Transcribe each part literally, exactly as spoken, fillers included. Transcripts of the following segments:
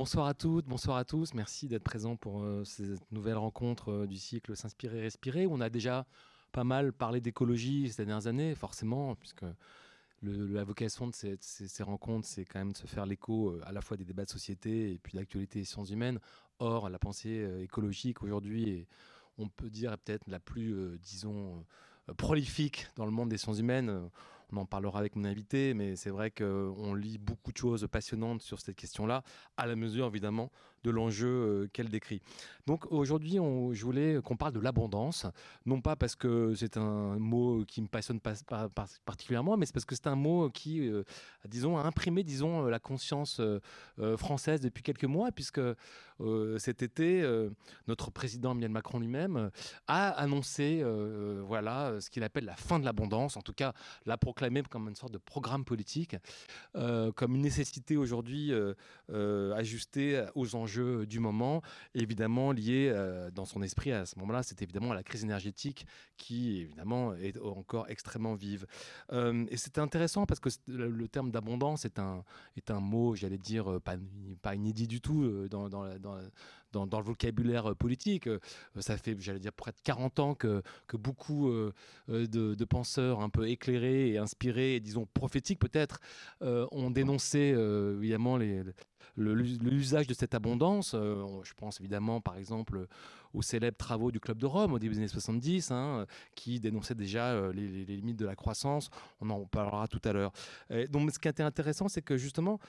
bonsoir à toutes, bonsoir à tous. Merci d'être présents pour euh, cette nouvelle rencontre euh, du cycle S'inspirer et respirer. On a déjà pas mal parlé d'écologie ces dernières années, forcément, puisque le, la vocation de ces, ces, ces rencontres, c'est quand même de se faire l'écho euh, à la fois des débats de société et puis d'actualité et sciences humaines. Or, la pensée euh, écologique aujourd'hui est, on peut dire, peut-être la plus, euh, disons, euh, prolifique dans le monde des sciences humaines. On en parlera avec mon invité, mais c'est vrai qu'on lit beaucoup de choses passionnantes sur cette question-là, à la mesure, évidemment, de l'enjeu euh, qu'elle décrit. Donc aujourd'hui, on, je voulais qu'on parle de l'abondance, non pas parce que c'est un mot qui me passionne pas, pas, pas particulièrement, mais c'est parce que c'est un mot qui, euh, disons, a imprimé, disons, la conscience euh, euh, française depuis quelques mois, puisque euh, cet été, euh, notre président Emmanuel Macron lui-même a annoncé, euh, voilà, ce qu'il appelle la fin de l'abondance, en tout cas la proclamé comme une sorte de programme politique, euh, comme une nécessité aujourd'hui euh, euh, ajustée aux enjeux du moment, évidemment liée euh, dans son esprit à ce moment-là, c'est évidemment la crise énergétique qui évidemment est encore extrêmement vive. Euh, et c'est intéressant parce que le, le terme d'abondance est un, est un mot, j'allais dire, pas, pas inédit du tout dans, dans, dans, dans, dans le vocabulaire politique. Ça fait, j'allais dire, près de quarante ans que, que beaucoup euh, de, de penseurs un peu éclairés et inspirés, et disons prophétiques peut-être, euh, ont dénoncé euh, évidemment les, le, l'usage de cette abondance. Euh, je pense évidemment par exemple aux célèbres travaux du Club de Rome au début des années soixante-dix, hein, qui dénonçaient déjà euh, les, les limites de la croissance. On en parlera tout à l'heure. Et donc ce qui était intéressant, c'est que justement,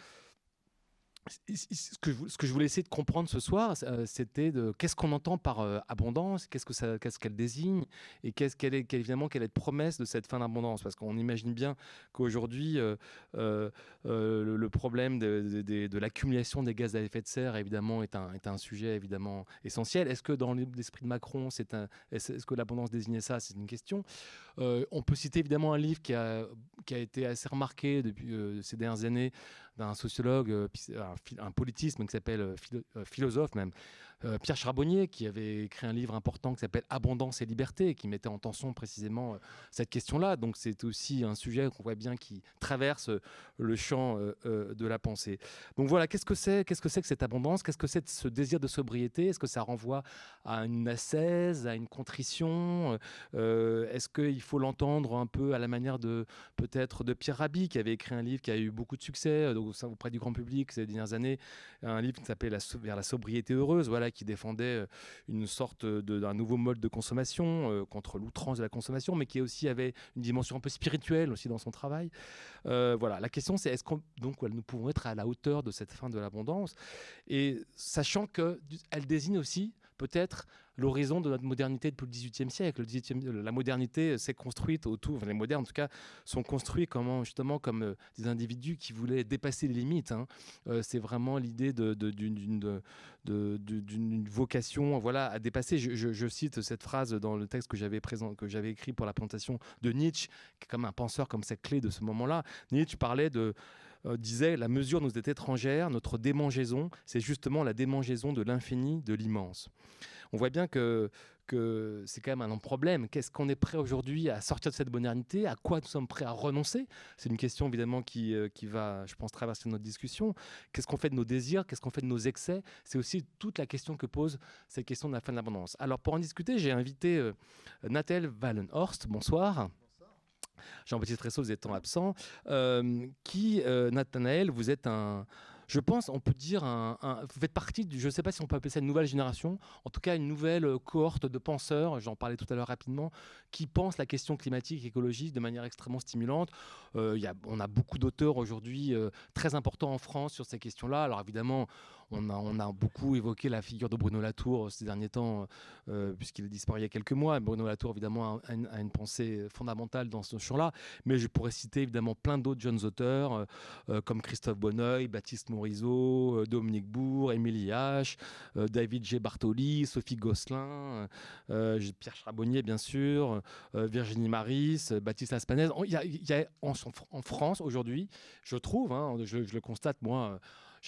Ce que, je, ce que je voulais essayer de comprendre ce soir, euh, c'était de qu'est-ce qu'on entend par euh, abondance, qu'est-ce que ça, qu'est-ce qu'elle désigne, et qu'est-ce qu'elle est, quelle, évidemment, quelle est la promesse de cette fin d'abondance, parce qu'on imagine bien qu'aujourd'hui, euh, euh, euh, le, le problème de, de, de, de l'accumulation des gaz à effet de serre, évidemment, est un, est un sujet évidemment essentiel. Est-ce que dans l'esprit de Macron, c'est un, est-ce, est-ce que l'abondance désignait ça? C'est une question. Euh, on peut citer évidemment un livre qui a, qui a été assez remarqué depuis euh, ces dernières années d'un sociologue, euh, un, un politisme qui s'appelle euh, philo, euh, philosophe même, euh, Pierre Charbonnier, qui avait écrit un livre important qui s'appelle Abondance et liberté, qui mettait en tension précisément euh, cette question-là. Donc c'est aussi un sujet qu'on voit bien qui traverse euh, le champ euh, euh, de la pensée. Donc voilà, qu'est-ce que c'est, qu'est-ce que c'est que cette abondance? Qu'est-ce que c'est ce désir de sobriété? Est-ce que ça renvoie à une ascèse, à une contrition? euh, Est-ce qu'il faut l'entendre un peu à la manière de peut-être de Pierre Rabhi, qui avait écrit un livre qui a eu beaucoup de succès donc, auprès du grand public ces dernières années, un livre qui s'appelait la, Vers la sobriété heureuse, voilà, qui défendait une sorte de, d'un nouveau mode de consommation euh, contre l'outrance de la consommation, mais qui aussi avait une dimension un peu spirituelle aussi dans son travail. Euh, voilà, la question c'est est-ce qu'on donc ouais, nous pouvons être à la hauteur de cette fin de l'abondance, et sachant que elle désigne aussi peut-être l'horizon de notre modernité depuis le dix-huitième siècle. Le dix-huitième, la modernité s'est construite autour, enfin, les modernes en tout cas, sont construits comme, justement comme euh, des individus qui voulaient dépasser les limites. Hein. Euh, c'est vraiment l'idée de, de, d'une, d'une, de, de, d'une vocation, voilà, à dépasser. Je, je, je cite cette phrase dans le texte que j'avais, présent, que j'avais écrit pour la présentation de Nietzsche, qui est comme un penseur comme cette clé de ce moment-là. Nietzsche parlait de, euh, disait, la mesure nous est étrangère, notre démangeaison, c'est justement la démangeaison de l'infini, de l'immense. On voit bien que, que c'est quand même un problème. Qu'est-ce qu'on est prêt aujourd'hui à sortir de cette modernité? À quoi nous sommes prêts à renoncer? C'est une question évidemment qui, euh, qui va, je pense, traverser notre discussion. Qu'est-ce qu'on fait de nos désirs? Qu'est-ce qu'on fait de nos excès? C'est aussi toute la question que pose cette question de la fin de l'abondance. Alors pour en discuter, j'ai invité euh, Nathalie Wallenhorst. Bonsoir. Jean-Baptiste Ressaud, vous étant absent, euh, qui, euh, Nathanaël, vous êtes un, je pense, on peut dire, un, un, vous faites partie, du, je ne sais pas si on peut appeler ça une nouvelle génération, en tout cas une nouvelle cohorte de penseurs, j'en parlais tout à l'heure rapidement, qui pensent la question climatique et écologique de manière extrêmement stimulante. Euh, y a, on a beaucoup d'auteurs aujourd'hui euh, très importants en France sur ces questions-là. Alors évidemment, on a, on a beaucoup évoqué la figure de Bruno Latour ces derniers temps, euh, puisqu'il est disparu il y a quelques mois. Bruno Latour, évidemment, a une, a une pensée fondamentale dans ce champ-là, mais je pourrais citer évidemment plein d'autres jeunes auteurs, euh, comme Christophe Bonneuil, Baptiste Morisot, euh, Dominique Bourg, Émilie H, euh, David G. Bartoli, Sophie Gosselin, euh, Pierre Charbonnier, bien sûr, euh, Virginie Maris, euh, Baptiste Aspanès. Il y a, il y a en, en France, aujourd'hui, je trouve, hein, je, je le constate, moi,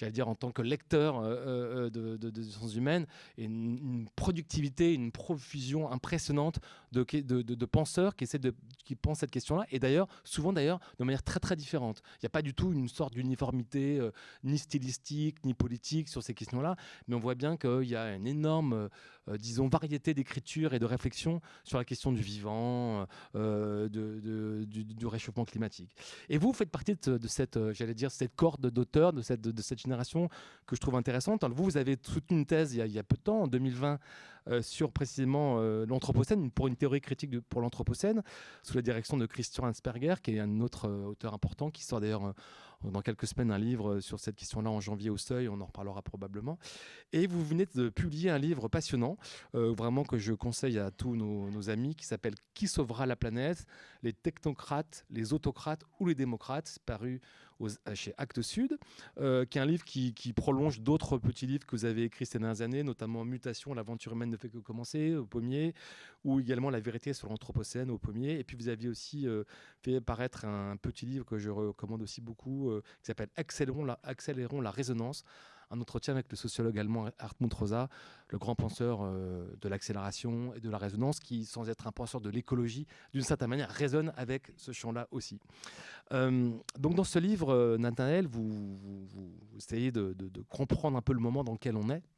j'allais dire en tant que lecteur euh, de, de, de sciences humaines, et une, une productivité, une profusion impressionnante de, de, de, de penseurs qui essaient de qui pensent cette question-là, et d'ailleurs souvent d'ailleurs de manière très très différente. Il n'y a pas du tout une sorte d'uniformité euh, ni stylistique ni politique sur ces questions-là, mais on voit bien qu'il y a une énorme euh, disons variété d'écriture et de réflexion sur la question du vivant, euh, de, de, du, du réchauffement climatique. Et vous faites partie de, de cette, euh, j'allais dire, cette corde d'auteurs de cette, de, de cette génération que je trouve intéressante. Alors vous, vous avez soutenu une thèse il y a, il y a peu de temps, en deux mille vingt, euh, sur précisément euh, l'Anthropocène, pour une théorie critique de, pour l'Anthropocène, sous la direction de Christian Ansperger, qui est un autre euh, auteur important, qui sort d'ailleurs euh, dans quelques semaines un livre sur cette question-là en janvier au Seuil, on en reparlera probablement. Et vous venez de publier un livre passionnant, euh, vraiment que je conseille à tous nos, nos amis, qui s'appelle « Qui sauvera la planète ? Les technocrates, les autocrates ou les démocrates ?» paru aux, chez Actes Sud, euh, qui est un livre qui, qui prolonge d'autres petits livres que vous avez écrits ces dernières années, notamment « Mutation, l'aventure humaine ne fait que commencer » au Pommier, ou également « La vérité sur l'Anthropocène » au Pommier. Et puis vous aviez aussi euh, fait paraître un petit livre que je recommande aussi beaucoup, euh, qui s'appelle « Accélérons la, Accélérons la résonance », un entretien avec le sociologue allemand Hartmut Rosa, le grand penseur euh, de l'accélération et de la résonance, qui, sans être un penseur de l'écologie, d'une certaine manière, résonne avec ce champ-là aussi. Euh, donc dans ce livre, euh, Nathanaël, vous, vous, vous essayez de, de, de comprendre un peu le moment dans lequel on est,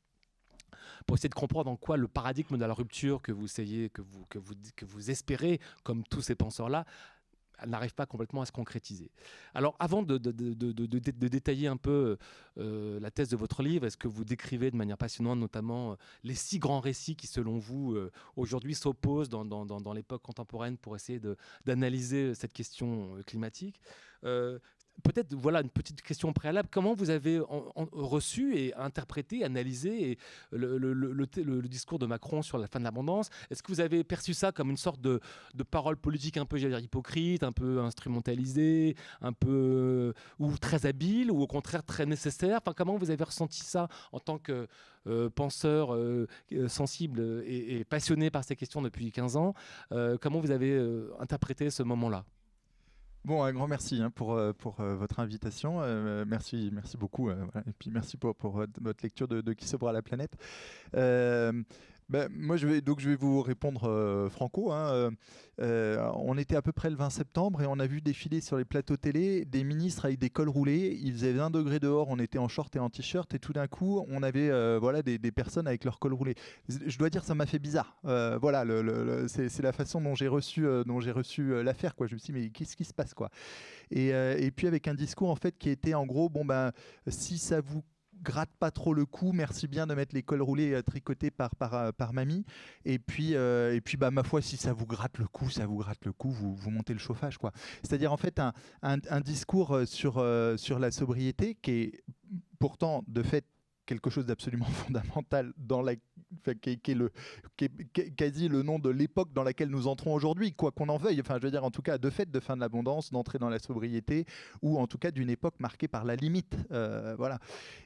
pour essayer de comprendre en quoi le paradigme de la rupture que vous essayez, que vous, que vous, que vous espérez, comme tous ces penseurs-là, n'arrive pas complètement à se concrétiser. Alors, avant de, de, de, de, de, de détailler un peu euh, la thèse de votre livre, est-ce que vous décrivez de manière passionnante notamment euh, les six grands récits qui, selon vous, euh, aujourd'hui s'opposent dans, dans, dans, dans l'époque contemporaine pour essayer d'analyser cette question climatique euh, Peut-être, voilà, une petite question préalable. Comment vous avez en, en, reçu et interprété, analysé et le, le, le, le, le discours de Macron sur la fin de l'abondance? Est-ce que vous avez perçu ça comme une sorte de, de parole politique un peu, j'allais dire, hypocrite, un peu instrumentalisée, un peu, ou très habile, ou au contraire très nécessaire? Enfin, comment vous avez ressenti ça en tant que euh, penseur euh, sensible et, et passionné par ces questions depuis quinze ans? euh, Comment vous avez euh, interprété ce moment-là? Bon, un grand merci hein, pour, pour euh, votre invitation. Euh, merci, merci beaucoup. Euh, voilà. Et puis merci pour, pour votre lecture de, de Qui sauvera la planète. Euh, ben, moi, je vais, donc, je vais vous répondre euh, franco. Hein. Euh, on était à peu près le vingt septembre et on a vu défiler sur les plateaux télé des ministres avec des cols roulés. Il faisait vingt degrés dehors, on était en short et en t-shirt et tout d'un coup, on avait euh, voilà, des, des personnes avec leurs cols roulés. Je dois dire, ça m'a fait bizarre. Euh, voilà, le, le, le, c'est la façon dont j'ai reçu, euh, dont j'ai reçu euh, l'affaire. Quoi. Je me suis dit, mais qu'est-ce qui se passe quoi. Et, euh, et puis avec un discours en fait qui était en gros, bon ben, si ça vous gratte pas trop le cou, merci bien de mettre les cols roulés euh, tricotés par, par, euh, par mamie. Et puis, euh, et puis bah, ma foi, si ça vous gratte le cou, ça vous gratte le cou, vous, vous montez le chauffage. Quoi. C'est-à-dire en fait un, un, un discours sur, euh, sur la sobriété qui est pourtant de fait quelque chose d'absolument fondamental dans la, enfin, qui, est, qui, est le, qui est quasi le nom de l'époque dans laquelle nous entrons aujourd'hui, quoi qu'on en veuille. Enfin, je veux dire, en tout cas, de fait, de fin de l'abondance, d'entrer dans la sobriété, ou en tout cas d'une époque marquée par la limite. Euh, voilà.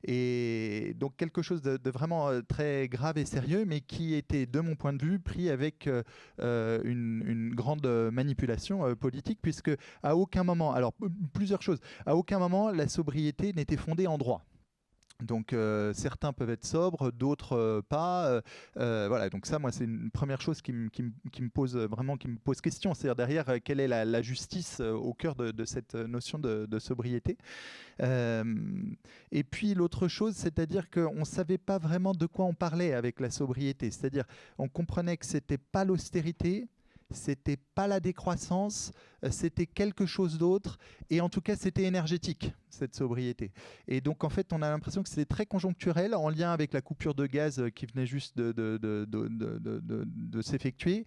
Et donc quelque chose de, de vraiment euh, très grave et sérieux, mais qui était, de mon point de vue, pris avec euh, une, une grande manipulation euh, politique, puisque à aucun moment, alors plusieurs choses, à aucun moment la sobriété n'était fondée en droit. Donc euh, certains peuvent être sobres, d'autres euh, pas. Euh, euh, voilà, donc ça, moi, c'est une première chose qui, qui, qui me pose vraiment, qui me pose question. C'est-à-dire derrière, euh, quelle est la, la justice euh, au cœur de, de cette notion de, de sobriété. Euh, et puis l'autre chose, c'est-à-dire qu'on ne savait pas vraiment de quoi on parlait avec la sobriété. C'est-à-dire, on comprenait que c'était pas l'austérité. C'était pas la décroissance, c'était quelque chose d'autre, et en tout cas c'était énergétique, cette sobriété. Et donc en fait on a l'impression que c'était très conjoncturel, en lien avec la coupure de gaz qui venait juste de, de, de, de, de, de, de, de s'effectuer.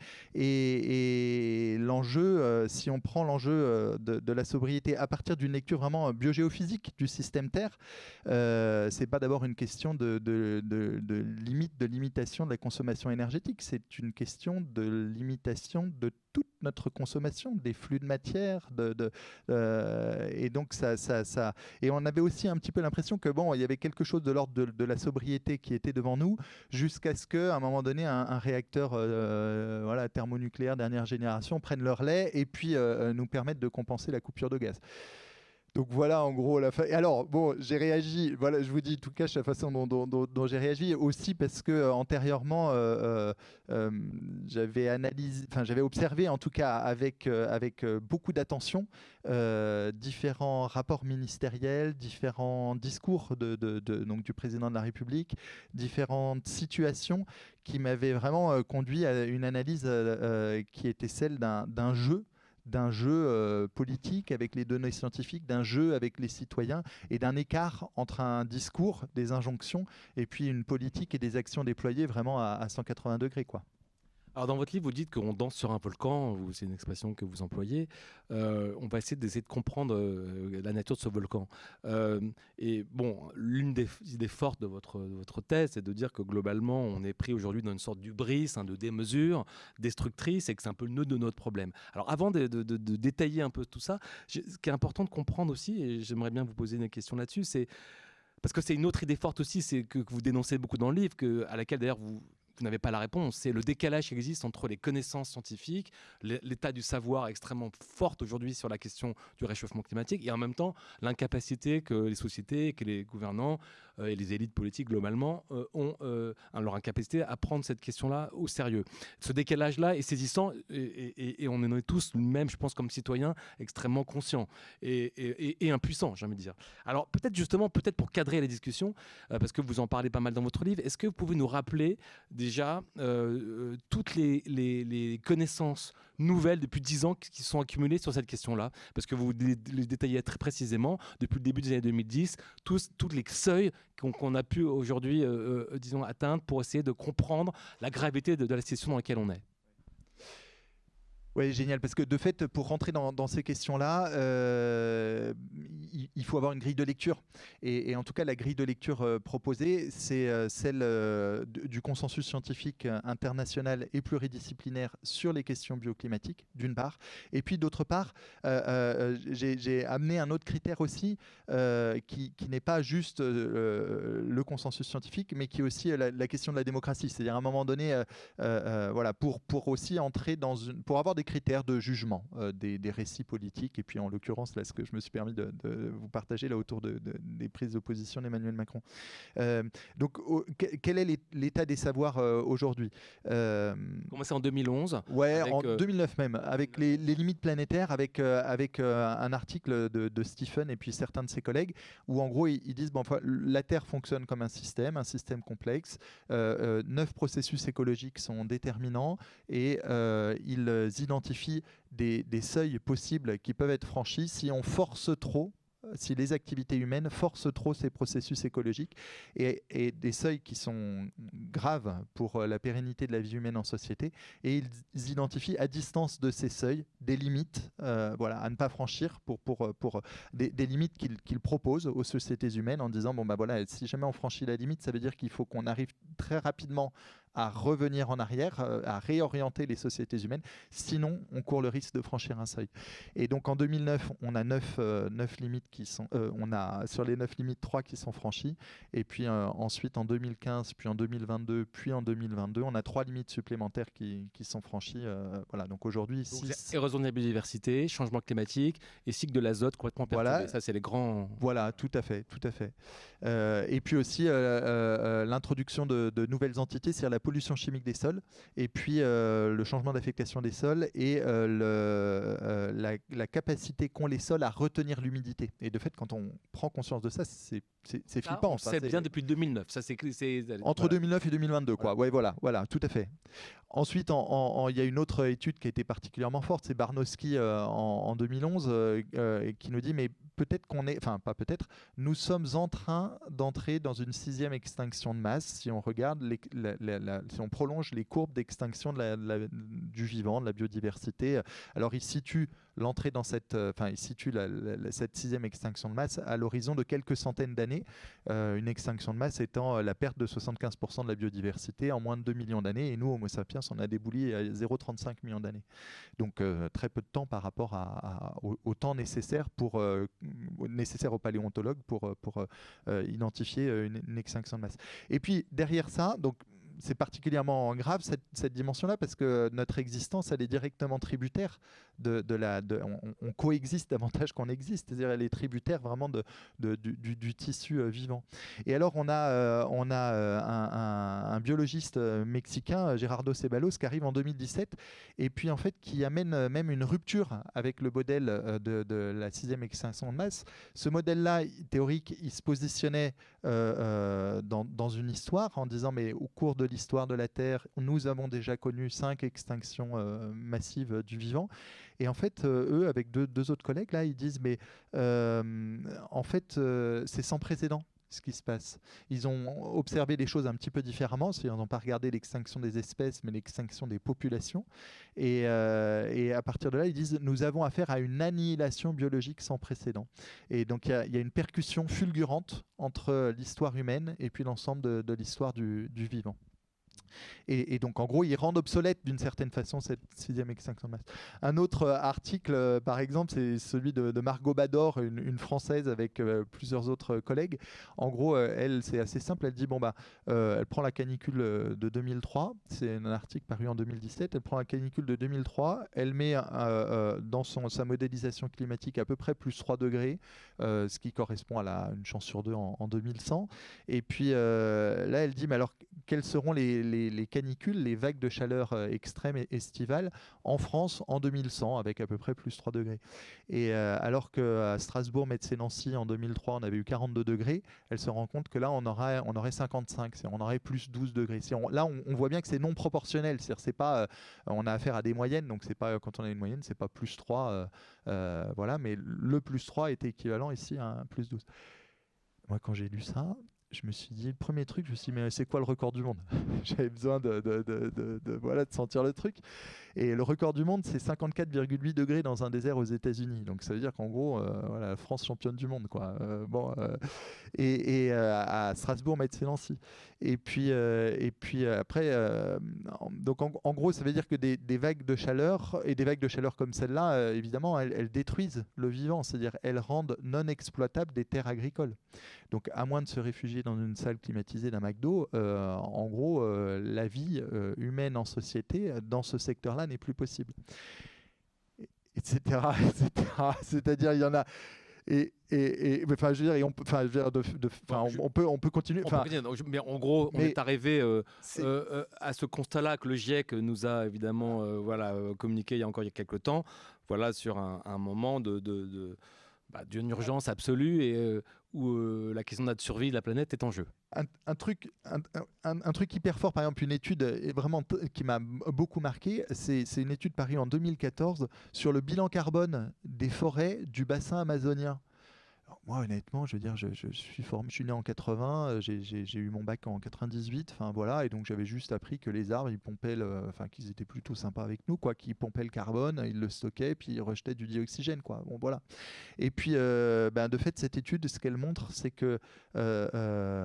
Et, et l'enjeu, euh, si on prend l'enjeu euh, de, de la sobriété à partir d'une lecture vraiment biogéophysique du système Terre, euh, c'est pas d'abord une question de, de, de, de limite, de limitation de la consommation énergétique, c'est une question de limitation de toute notre consommation, des flux de matière, de, de, euh, et donc ça, ça, ça, et on avait aussi un petit peu l'impression que bon, il y avait quelque chose de l'ordre de, de la sobriété qui était devant nous, jusqu'à ce qu'à un moment donné, un, un réacteur, euh, voilà, thermonucléaire dernière génération prenne leur lait et puis euh, nous permette de compenser la coupure de gaz. Donc voilà en gros la fin. Et alors bon, j'ai réagi. Voilà, je vous dis tout cache la façon dont, dont, dont, dont j'ai réagi aussi parce que euh, antérieurement, euh, euh, j'avais analysé, enfin j'avais observé en tout cas avec euh, avec euh, beaucoup d'attention euh, différents rapports ministériels, différents discours de, de, de, donc du président de la République, différentes situations qui m'avaient vraiment euh, conduit à une analyse euh, euh, qui était celle d'un d'un jeu d'un jeu euh, politique avec les données scientifiques, d'un jeu avec les citoyens et d'un écart entre un discours, des injonctions, et puis une politique et des actions déployées vraiment à, à cent quatre-vingts degrés, quoi. Alors dans votre livre, vous dites qu'on danse sur un volcan, ou c'est une expression que vous employez. Euh, on va essayer d'essayer de comprendre euh, la nature de ce volcan. Euh, et bon, l'une des idées fortes de votre, de votre thèse, c'est de dire que globalement, on est pris aujourd'hui dans une sorte d'hubris, hein, de démesure, destructrice, et que c'est un peu le nœud de notre problème. Alors avant de, de, de, de détailler un peu tout ça, ce qui est important de comprendre aussi, et j'aimerais bien vous poser une question là-dessus, c'est parce que c'est une autre idée forte aussi, c'est que, que vous dénoncez beaucoup dans le livre, que, à laquelle d'ailleurs vous vous n'avez pas la réponse. C'est le décalage qui existe entre les connaissances scientifiques, l'état du savoir extrêmement fort aujourd'hui sur la question du réchauffement climatique, et en même temps l'incapacité que les sociétés, que les gouvernants euh, et les élites politiques globalement euh, ont euh, leur incapacité à prendre cette question-là au sérieux. Ce décalage-là est saisissant, et, et, et on en est tous, même je pense comme citoyens, extrêmement conscients et, et, et impuissants, j'ai envie de dire. Alors peut-être justement, peut-être pour cadrer la discussion, euh, parce que vous en parlez pas mal dans votre livre, est-ce que vous pouvez nous rappeler des déjà euh, toutes les, les, les connaissances nouvelles depuis dix ans qui sont accumulées sur cette question-là, parce que vous les, les détaillez très précisément, depuis le début des années deux mille dix, tous, tous les seuils qu'on qu'on a pu aujourd'hui, euh, euh, disons, atteindre pour essayer de comprendre la gravité de, de la situation dans laquelle on est. Oui, génial, parce que de fait, pour rentrer dans, dans ces questions-là, euh, il, il faut avoir une grille de lecture. Et, et en tout cas, la grille de lecture euh, proposée, c'est euh, celle euh, du consensus scientifique international et pluridisciplinaire sur les questions bioclimatiques, d'une part. Et puis, d'autre part, euh, euh, j'ai amené un autre critère aussi, euh, qui, qui n'est pas juste euh, le consensus scientifique, mais qui est aussi la, la question de la démocratie. C'est-à-dire, à un moment donné, euh, euh, voilà, pour, pour aussi entrer dans une... pour avoir des critères de jugement euh, des, des récits politiques, et puis en l'occurrence là ce que je me suis permis de, de vous partager là autour de, de, des prises d'opposition d'Emmanuel Macron. Euh, donc au, quel est l'état des savoirs euh, aujourd'hui? euh, Commencé en deux mille onze. Ouais, avec, en euh, deux mille neuf même, avec les, les limites planétaires, avec, euh, avec euh, un article de, de Stephen et puis certains de ses collègues, où en gros ils, ils disent bon, enfin, la Terre fonctionne comme un système, un système complexe, euh, euh, neuf processus écologiques sont déterminants, et euh, ils identifient des, des seuils possibles qui peuvent être franchis si on force trop, si les activités humaines forcent trop ces processus écologiques, et, et des seuils qui sont graves pour la pérennité de la vie humaine en société, et ils identifient à distance de ces seuils des limites euh, voilà, à ne pas franchir, pour, pour, pour des, des limites qu'ils qu'ils proposent aux sociétés humaines en disant bon bah voilà, si jamais on franchit la limite, ça veut dire qu'il faut qu'on arrive très rapidement à revenir en arrière, à réorienter les sociétés humaines, sinon on court le risque de franchir un seuil. Et donc en deux mille neuf, on a neuf, euh, neuf limites qui sont, euh, on a sur les neuf limites trois qui sont franchies, et puis euh, ensuite en deux mille quinze, puis en deux mille vingt-deux, puis en deux mille vingt-deux, on a trois limites supplémentaires qui, qui sont franchies. Euh, voilà, donc aujourd'hui, six... érosion de la biodiversité, changement climatique et cycle de l'azote complètement perturbé. Voilà. Ça, c'est les grands. Voilà, tout à fait, tout à fait. Euh, et puis aussi euh, euh, l'introduction de, de nouvelles entités, c'est-à-dire la pollution chimique des sols, et puis euh, le changement d'affectation des sols, et euh, le, euh, la, la capacité qu'ont les sols à retenir l'humidité. Et de fait, quand on prend conscience de ça, c'est flippant. On Ça, sait bien depuis deux mille neuf. Ça, c'est entre voilà. deux mille neuf et deux mille vingt-deux, quoi. Voilà. Ouais, voilà, voilà, tout à fait. Ensuite, il en, en, y a une autre étude qui a été particulièrement forte, c'est Barnowski euh, en, en deux mille onze, euh, euh, qui nous dit, mais peut-être qu'on est, enfin pas peut-être, nous sommes en train d'entrer dans une sixième extinction de masse, si on regarde, les, la, la, la, si on prolonge les courbes d'extinction de la, la, du vivant, de la biodiversité. Alors il situe l'entrée dans cette, enfin euh, il situe la, la, cette sixième extinction de masse à l'horizon de quelques centaines d'années, euh, une extinction de masse étant la perte de soixante-quinze pour cent de la biodiversité en moins de deux millions d'années, et nous, Homo sapiens, on a débouli à zéro virgule trente-cinq millions d'années. Donc euh, très peu de temps par rapport à, à, au, au temps nécessaire, pour, euh, nécessaire aux paléontologues pour, pour euh, identifier une, une extinction de masse. Et puis derrière ça, donc c'est particulièrement grave cette, cette dimension-là, parce que notre existence, elle est directement tributaire de, de la, de, on, on coexiste davantage qu'on existe, c'est-à-dire elle est tributaire vraiment de, de, du, du, du tissu euh, vivant. Et alors on a, euh, on a euh, un, un, un biologiste mexicain, Gerardo Ceballos, qui arrive en deux mille dix-sept et puis en fait qui amène même une rupture avec le modèle de, de la sixième extinction de masse. Ce modèle-là, théorique, il se positionnait euh, euh, dans, dans une histoire en disant mais au cours de l'histoire de la Terre, nous avons déjà connu cinq extinctions euh, massives du vivant. Et en fait, euh, eux, avec deux, deux autres collègues, là, ils disent mais euh, en fait, euh, c'est sans précédent ce qui se passe. Ils ont observé les choses un petit peu différemment, c'est-à-dire ils n'ont pas regardé l'extinction des espèces, mais l'extinction des populations. Et, euh, et à partir de là, ils disent nous avons affaire à une annihilation biologique sans précédent. Et donc il y, y a une percussion fulgurante entre l'histoire humaine et puis l'ensemble de, de l'histoire du, du vivant. Et, et donc, en gros, ils rendent obsolète d'une certaine façon cette sixième extinction de masse. Un autre euh, article, euh, par exemple, c'est celui de, de Margot Bador, une, une Française avec euh, plusieurs autres collègues. En gros, euh, elle, c'est assez simple. Elle dit, bon, bah, euh, elle prend la canicule de deux mille trois. C'est un article paru en deux mille dix-sept. Elle prend la canicule de deux mille trois. Elle met euh, euh, dans son, sa modélisation climatique à peu près plus trois degrés, euh, ce qui correspond à la, une chance sur deux en, en deux mille cent. Et puis euh, là, elle dit, mais alors, quelles seront les, les, les canicules, les vagues de chaleur euh, extrêmes et estivales en France en deux mille cent, avec à peu près plus trois degrés. Et euh, alors qu'à Strasbourg, Metz-et-Nancy, en deux mille trois, on avait eu quarante-deux degrés, elle se rend compte que là, on aurait, on aurait cinquante-cinq, on aurait plus douze degrés. On, là, on, on voit bien que c'est non proportionnel, c'est-à-dire c'est pas, euh, on a affaire à des moyennes, donc c'est pas, quand on a une moyenne, c'est pas plus trois, euh, euh, voilà, mais le plus trois était équivalent ici à un plus douze. Moi, quand j'ai lu ça, je me suis dit, le premier truc, je me suis dit, mais c'est quoi le record du monde? J'avais besoin de, de, de, de, de, voilà, de sentir le truc. Et le record du monde, c'est cinquante-quatre virgule huit degrés dans un désert aux États-Unis. Donc ça veut dire qu'en gros, euh, voilà, France championne du monde, quoi. Euh, bon, euh, et et euh, à Strasbourg, Metz-et-Nancy. Et puis, euh, et puis après, euh, donc en, en gros, ça veut dire que des, des vagues de chaleur, et des vagues de chaleur comme celle-là, euh, évidemment, elles, elles détruisent le vivant, c'est-à-dire elles rendent non exploitables des terres agricoles. Donc, à moins de se réfugier dans une salle climatisée d'un McDo, euh, en gros, euh, la vie euh, humaine en société, dans ce secteur-là, n'est plus possible. Etc. et cetera. C'est-à-dire, il y en a. Et, et, et enfin, je veux dire, et on, enfin, je veux dire, de, de, enfin, on, on peut, on peut continuer. On peut continuer. Donc, mais en gros, mais on est arrivé euh, euh, euh, à ce constat-là que le GIEC nous a évidemment, euh, voilà, euh, communiqué il y a encore il y a quelques temps, voilà, sur un, un moment de, de, de bah, d'une urgence absolue et euh, où euh, la question de notre survie de la planète est en jeu. Un, un, truc, un, un, un truc hyper fort, par exemple, une étude est vraiment t- qui m'a beaucoup marqué, c'est, c'est une étude parue en deux mille quatorze sur le bilan carbone des forêts du bassin amazonien. Alors, moi, honnêtement, je veux dire, je, je, suis, formé, je suis né en quatre-vingts, j'ai, j'ai, j'ai eu mon bac en quatre-vingt-dix-huit, enfin voilà, et donc j'avais juste appris que les arbres, ils pompaient, le, enfin qu'ils étaient plutôt sympas avec nous, quoi, qu'ils pompaient le carbone, ils le stockaient, puis ils rejetaient du dioxygène, quoi. Bon, voilà. Et puis, euh, ben, de fait, cette étude, ce qu'elle montre, c'est que euh, euh,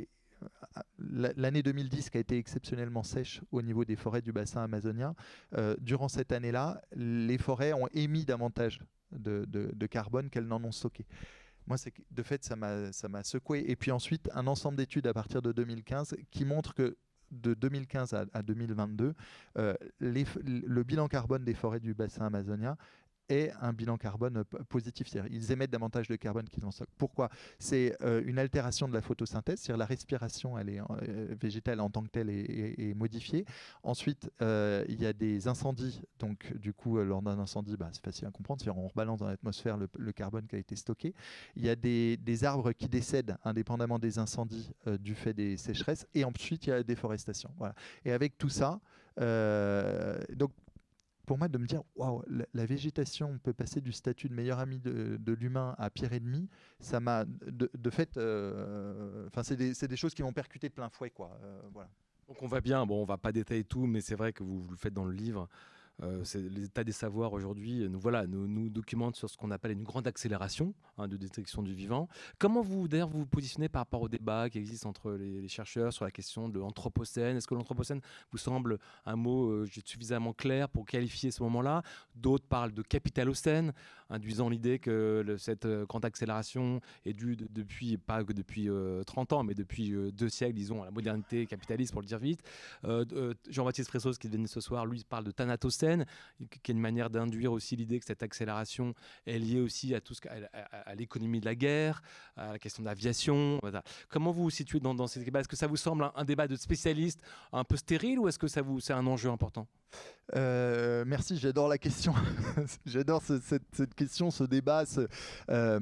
l'année deux mille dix, qui a été exceptionnellement sèche au niveau des forêts du bassin amazonien, euh, durant cette année-là, les forêts ont émis davantage de, de, de carbone qu'elles n'en ont stocké. Moi, c'est que, de fait, ça m'a, ça m'a secoué. Et puis ensuite, un ensemble d'études à partir de deux mille quinze qui montrent que de deux mille quinze à, à deux mille vingt-deux, euh, les, le bilan carbone des forêts du bassin amazonien est un bilan carbone positif. C'est-à-dire ils émettent davantage de carbone qu'ils en stockent. Pourquoi? C'est euh, une altération de la photosynthèse, c'est-à-dire la respiration elle est, euh, végétale en tant que telle est, est, est modifiée. Ensuite, euh, il y a des incendies. Donc, du coup, euh, lors d'un incendie, bah, c'est facile à comprendre, c'est-à-dire on rebalance dans l'atmosphère le, le carbone qui a été stocké. Il y a des, des arbres qui décèdent indépendamment des incendies euh, du fait des sécheresses. Et ensuite, il y a la déforestation. Voilà. Et avec tout ça, euh, donc, pour moi, de me dire, waouh, la, la végétation peut passer du statut de meilleur ami de, de l'humain à pire ennemi, ça m'a, de, de fait, euh, enfin, c'est des, c'est des choses qui m'ont percuté de plein fouet, quoi. Euh, voilà. Donc on va bien, bon, on va pas détailler tout, mais c'est vrai que vous, vous le faites dans le livre. Euh, c'est les états des savoirs aujourd'hui nous, voilà, nous, nous documentent sur ce qu'on appelle une grande accélération hein, de détection du vivant. Comment vous, d'ailleurs, vous vous positionnez par rapport au débat qui existe entre les, les chercheurs sur la question de l'anthropocène? Est-ce que l'anthropocène vous semble un mot euh, suffisamment clair pour qualifier ce moment-là? D'autres parlent de capitalocène, induisant l'idée que le, cette euh, grande accélération est due de, depuis, pas que depuis euh, trente ans, mais depuis euh, deux siècles, disons, à la modernité capitaliste, pour le dire vite. Euh, euh, Jean-Baptiste Fressos, qui est venu ce soir, lui, parle de thanatocène. l'Anthropocène, qui est une manière d'induire aussi l'idée que cette accélération est liée aussi à tout ce qu'à, à, à l'économie de la guerre, à la question de l'aviation. Voilà. Comment vous vous situez dans, dans ces débats? Est-ce que ça vous semble un, un débat de spécialistes un peu stérile ou est-ce que ça vous, c'est un enjeu important? Euh, merci, j'adore la question. J'adore ce, cette, cette question, ce débat. Ce, euh,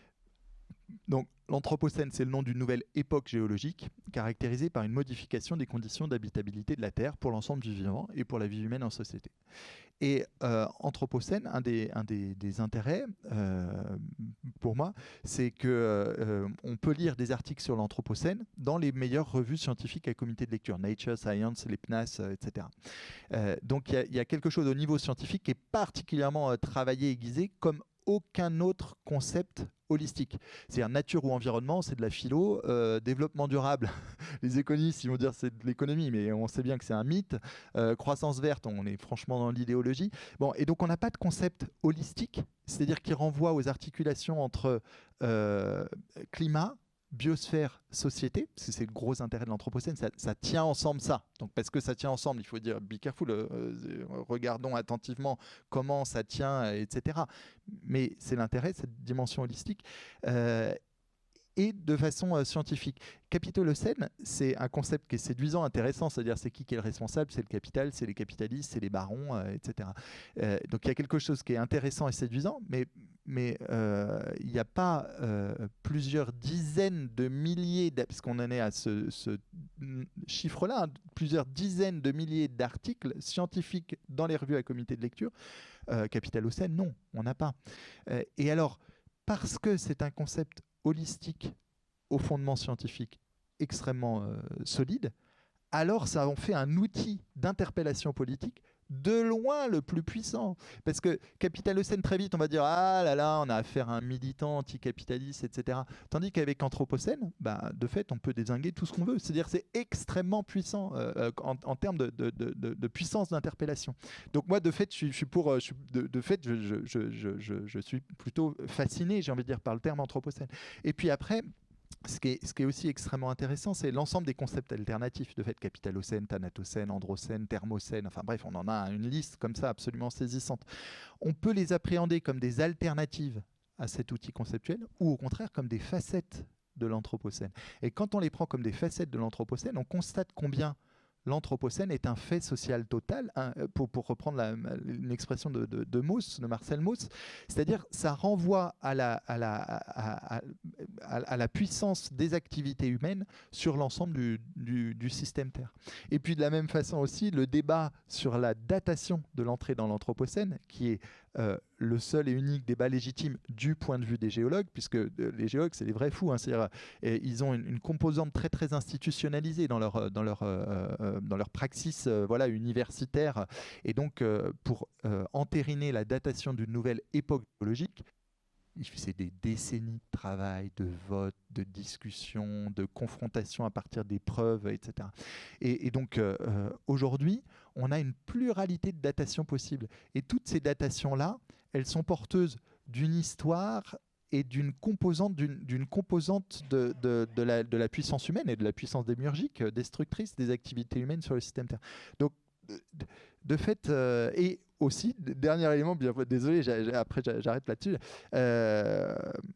donc, l'Anthropocène, c'est le nom d'une nouvelle époque géologique caractérisée par une modification des conditions d'habitabilité de la Terre pour l'ensemble du vivant et pour la vie humaine en société. Et euh, Anthropocène, un des, un des, des intérêts euh, pour moi, c'est qu'on euh, peut lire des articles sur l'Anthropocène dans les meilleures revues scientifiques à comité de lecture, Nature, Science, les P N A S, euh, et cetera. Euh, donc il y, y a quelque chose au niveau scientifique qui est particulièrement euh, travaillé et aiguisé comme aucun autre concept holistique. C'est-à-dire nature ou environnement, c'est de la philo, euh, développement durable, les économistes ils vont dire c'est de l'économie, mais on sait bien que c'est un mythe, euh, croissance verte, on est franchement dans l'idéologie. Bon, et donc on n'a pas de concept holistique, c'est-à-dire qui renvoie aux articulations entre euh, climat, biosphère, société, parce que c'est le gros intérêt de l'Anthropocène, ça, ça tient ensemble ça. Donc parce que ça tient ensemble, il faut dire be careful, euh, euh, regardons attentivement comment ça tient, et cetera. Mais c'est l'intérêt, cette dimension holistique. Euh, et de façon euh, scientifique. Capitalocène, c'est un concept qui est séduisant, intéressant, c'est-à-dire c'est qui qui est le responsable, c'est le capital, c'est les capitalistes, c'est les barons, euh, et cetera. Euh, donc il y a quelque chose qui est intéressant et séduisant, mais mais euh, il n'y a pas euh, plusieurs dizaines de milliers, parce qu'on en est à ce, ce chiffre-là, hein, plusieurs dizaines de milliers d'articles scientifiques dans les revues à comité de lecture. Euh, Capitalocène, non, on n'a pas. Euh, et alors, parce que c'est un concept holistique au fondement scientifique extrêmement euh, solide, alors ça en fait un outil d'interpellation politique de loin le plus puissant. Parce que Capitalocène, très vite, on va dire « Ah là là, on a affaire à un militant anticapitaliste, et cetera » Tandis qu'avec Anthropocène, bah, de fait, on peut dézinguer tout ce qu'on veut. C'est-à-dire c'est extrêmement puissant euh, en, en termes de, de, de, de puissance d'interpellation. Donc moi, de fait, je suis, je suis pour... Je suis, de, de fait, je, je, je, je, je suis plutôt fasciné, j'ai envie de dire, par le terme Anthropocène. Et puis après... Ce qui, est, ce qui est aussi extrêmement intéressant, c'est l'ensemble des concepts alternatifs, de fait, capitalocène, thanatocène, androcène, thermocène, enfin bref, on en a une liste comme ça absolument saisissante. On peut les appréhender comme des alternatives à cet outil conceptuel ou au contraire comme des facettes de l'Anthropocène. Et quand on les prend comme des facettes de l'Anthropocène, on constate combien l'Anthropocène est un fait social total, hein, pour, pour reprendre la, une expression de, de, de Mauss, de Marcel Mauss, c'est-à-dire ça renvoie à la, à, la, à, à, à, à la puissance des activités humaines sur l'ensemble du, du, du système Terre. Et puis de la même façon aussi, le débat sur la datation de l'entrée dans l'Anthropocène, qui est euh, le seul et unique débat légitime du point de vue des géologues, puisque euh, les géologues, c'est des vrais fous, hein, c'est-à-dire, euh, ils ont une, une composante très très institutionnalisée dans leur, dans leur, euh, euh, dans leur praxis euh, voilà, universitaire. Et donc, euh, pour euh, entériner la datation d'une nouvelle époque géologique, c'est des décennies de travail, de vote, de discussion, de confrontation à partir des preuves, et cetera. Et, et donc, euh, aujourd'hui, on a une pluralité de datations possibles. Et toutes ces datations-là, elles sont porteuses d'une histoire et d'une composante, d'une, d'une composante de, de, de, la, de la puissance humaine et de la puissance démiurgique, destructrice des activités humaines sur le système Terre. Donc, de, de fait, euh, et aussi, dernier élément, bien, désolé, j'ai, après j'arrête là-dessus, euh,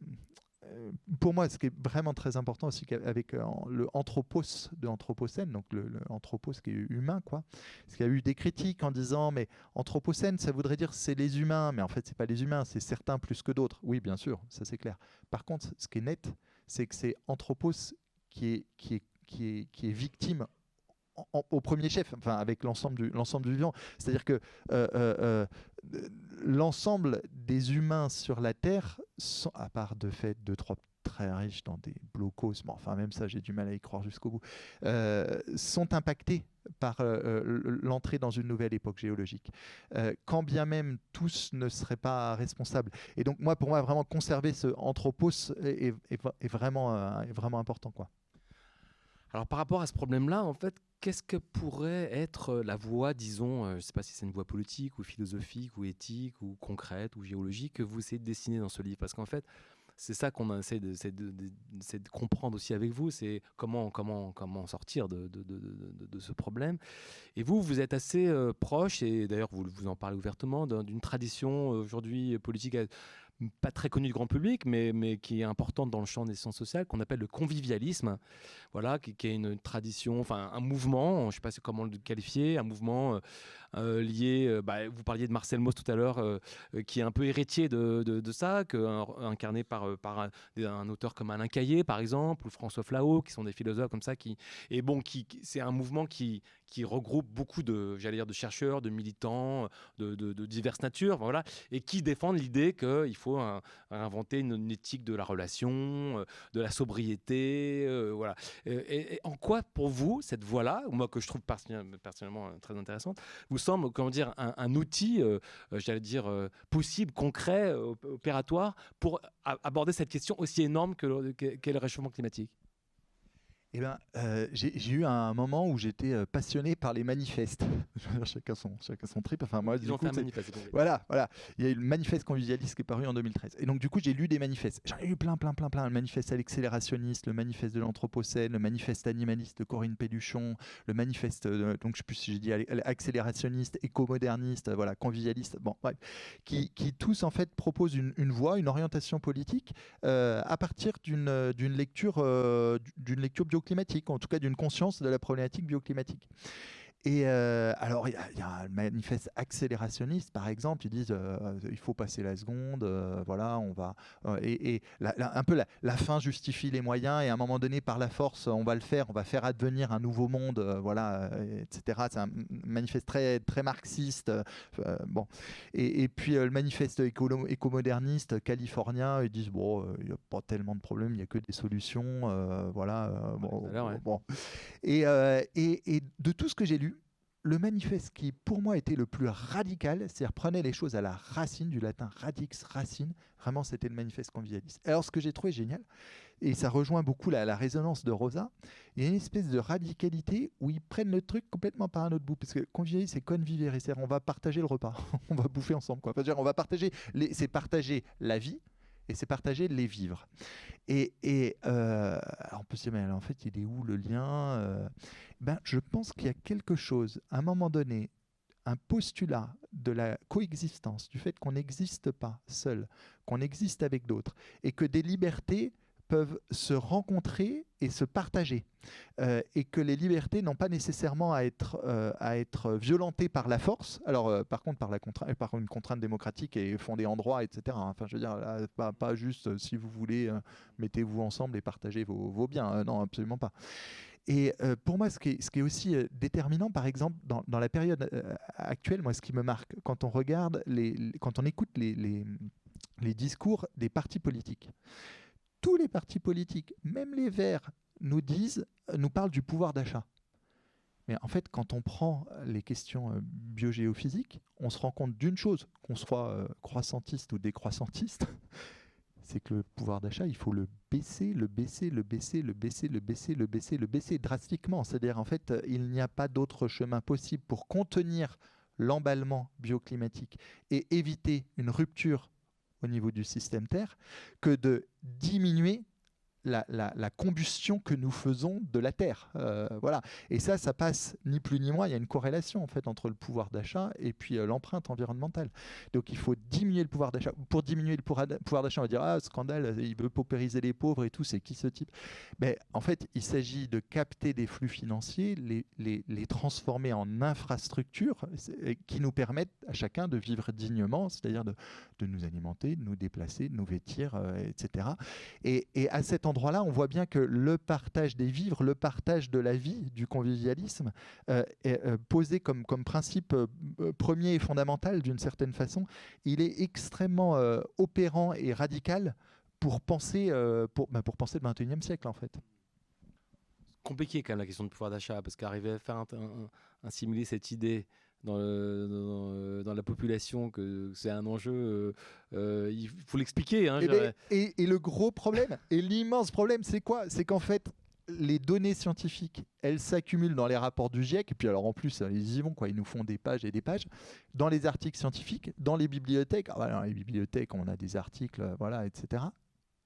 pour moi, ce qui est vraiment très important aussi avec euh, le anthropos de l'Anthropocène, donc le, le anthropos qui est humain, quoi. Parce qu'il y a eu des critiques en disant, mais Anthropocène, ça voudrait dire c'est les humains, mais en fait, c'est pas les humains, c'est certains plus que d'autres. Oui, bien sûr, ça c'est clair. Par contre, ce qui est net, c'est que c'est anthropos qui est, qui est, qui est, qui est victime En, en, au premier chef, enfin avec l'ensemble du, l'ensemble du vivant. C'est-à-dire que euh, euh, euh, l'ensemble des humains sur la Terre, sont, à part de fait deux, trois très riches dans des blocos, mais enfin même ça j'ai du mal à y croire jusqu'au bout, euh, sont impactés par euh, l'entrée dans une nouvelle époque géologique. Euh, quand bien même tous ne seraient pas responsables. Et donc moi, pour moi, vraiment conserver ce anthropos est, est, est, vraiment, euh, est vraiment important, quoi. Alors par rapport à ce problème-là, en fait, qu'est-ce que pourrait être la voie, disons, euh, je ne sais pas si c'est une voie politique ou philosophique ou éthique ou concrète ou géologique que vous essayez de dessiner dans ce livre? Parce qu'en fait, c'est ça qu'on essaie de, c'est de, de, c'est de comprendre aussi avec vous, c'est comment, comment, comment sortir de, de, de, de, de ce problème. Et vous, vous êtes assez euh, proche, et d'ailleurs vous, vous en parlez ouvertement, d'une tradition aujourd'hui politique pas très connue du grand public, mais, mais qui est importante dans le champ des sciences sociales, qu'on appelle le convivialisme, voilà, qui, qui est une tradition, enfin un mouvement, je ne sais pas comment le qualifier, un mouvement euh, euh, lié, euh, bah, vous parliez de Marcel Mauss tout à l'heure, euh, euh, qui est un peu héritier de, de, de ça, que, un, incarné par, par un, un auteur comme Alain Caillé, par exemple, ou François Flahault, qui sont des philosophes comme ça, qui, et bon, qui, c'est un mouvement qui, qui regroupe beaucoup de, j'allais dire, de chercheurs, de militants, de, de, de diverses natures, voilà, et qui défendent l'idée qu'il faut un, inventer une, une éthique de la relation, euh, de la sobriété, euh, voilà. Et, et, et en quoi, pour vous, cette voie-là, moi que je trouve personnellement très intéressante, vous semble, comment dire, un, un outil, euh, j'allais dire, euh, possible, concret, euh, opératoire, pour a- aborder cette question aussi énorme que le, qu'est le réchauffement climatique? Eh ben, euh, j'ai j'ai eu un moment où j'étais euh, passionné par les manifestes. chacun, son, chacun son trip. Enfin, moi, Ils du ont coup, fait un manifeste. voilà, voilà. Il y a eu le manifeste convivialiste qui est paru en deux mille treize. Et donc, du coup, j'ai lu des manifestes. J'en ai lu plein, plein, plein, plein. Le manifeste à l'accélérationniste, le manifeste de l'Anthropocène, le manifeste animaliste de Corinne Péduchon, le manifeste, de, donc je sais plus si j'ai dit accélérationniste, éco-moderniste, voilà, convivialiste. Bon, bref. Qui, qui tous, en fait, proposent une, une voie, une orientation politique euh, à partir d'une d'une lecture, euh, d'une lecture bio climatique, en tout cas d'une conscience de la problématique bioclimatique. Et euh, alors, il y, y a un manifeste accélérationniste, par exemple, ils disent euh, il faut passer la seconde, euh, voilà, on va. Euh, et et la, la, un peu la, la fin justifie les moyens, et à un moment donné, par la force, on va le faire, on va faire advenir un nouveau monde, euh, voilà, euh, et cetera. C'est un manifeste très, très marxiste. Euh, bon. Et, et puis, euh, le manifeste écolo- éco-moderniste californien, ils disent bon, il euh, n'y a pas tellement de problèmes, il n'y a que des solutions, euh, voilà. Euh, bon, Ouais, ouais. bon. Et, euh, et, et de tout ce que j'ai lu, le manifeste qui pour moi était le plus radical, c'est-à-dire prenait les choses à la racine, du latin radix, racine, vraiment c'était le manifeste convivialiste. Alors ce que j'ai trouvé génial, et ça rejoint beaucoup la, la résonance de Rosa, il y a une espèce de radicalité où ils prennent le truc complètement par un autre bout, parce que convivialiste c'est convivere, c'est-à-dire on va partager le repas, on va bouffer ensemble, quoi. Enfin, on va partager, les, c'est partager la vie, et c'est partager les vivres. Et, et euh, on peut se dire, mais en fait, il est où le lien euh, ben, je pense qu'il y a quelque chose, à un moment donné, un postulat de la coexistence, du fait qu'on n'existe pas seul, qu'on existe avec d'autres, et que des libertés peuvent se rencontrer et se partager, euh, et que les libertés n'ont pas nécessairement à être, euh, à être violentées par la force, alors euh, par contre par, la contra- par une contrainte démocratique et fondée en droit, et cetera. Enfin, je veux dire, là, pas, pas juste euh, si vous voulez, euh, mettez-vous ensemble et partagez vos, vos biens, euh, non, absolument pas. Et euh, pour moi, ce qui est, ce qui est aussi euh, déterminant, par exemple, dans, dans la période euh, actuelle, moi, ce qui me marque, quand on regarde, les, les- quand on écoute les, les, les discours des partis politiques, tous les partis politiques, même les Verts, nous disent, nous parlent du pouvoir d'achat. Mais en fait, quand on prend les questions euh, biogéophysiques, on se rend compte d'une chose, qu'on soit euh, croissantiste ou décroissantiste, c'est que le pouvoir d'achat, il faut le baisser, le baisser, le baisser, le baisser, le baisser, le baisser, le baisser drastiquement. C'est-à-dire, en fait, il n'y a pas d'autre chemin possible pour contenir l'emballement bioclimatique et éviter une rupture au niveau du système Terre que de diminuer la, la, la combustion que nous faisons de la Terre. Euh, voilà. Et ça, ça passe ni plus ni moins. Il y a une corrélation en fait entre le pouvoir d'achat et puis euh, l'empreinte environnementale. Donc il faut diminuer le pouvoir d'achat. Pour diminuer le pouvoir d'achat, on va dire ah scandale, il veut paupériser les pauvres et tout. C'est qui ce type? Mais en fait, il s'agit de capter des flux financiers, les, les, les transformer en infrastructures qui nous permettent à chacun de vivre dignement, c'est-à-dire de, de nous alimenter, de nous déplacer, de nous vêtir, euh, et cetera. Et, et à cet endroit-là, on voit bien que le partage des vivres, le partage de la vie, du convivialisme, euh, est euh, posé comme, comme principe euh, premier et fondamental d'une certaine façon. Il est extrêmement euh, opérant et radical pour penser, euh, pour, bah, pour penser le vingt et unième siècle, en fait. Compliqué quand même la question de pouvoir d'achat, parce qu'arriver à faire un, un, un simuler cette idée dans, le, dans, dans la population que c'est un enjeu, euh, euh, il faut l'expliquer. Hein, et, les, et, et le gros problème, et l'immense problème, c'est quoi? C'est qu'en fait, les données scientifiques, elles s'accumulent dans les rapports du GIEC, et puis alors en plus, ils y vont, quoi, ils nous font des pages et des pages, dans les articles scientifiques, dans les bibliothèques. Ah, voilà, dans les bibliothèques, on a des articles, voilà, et cetera.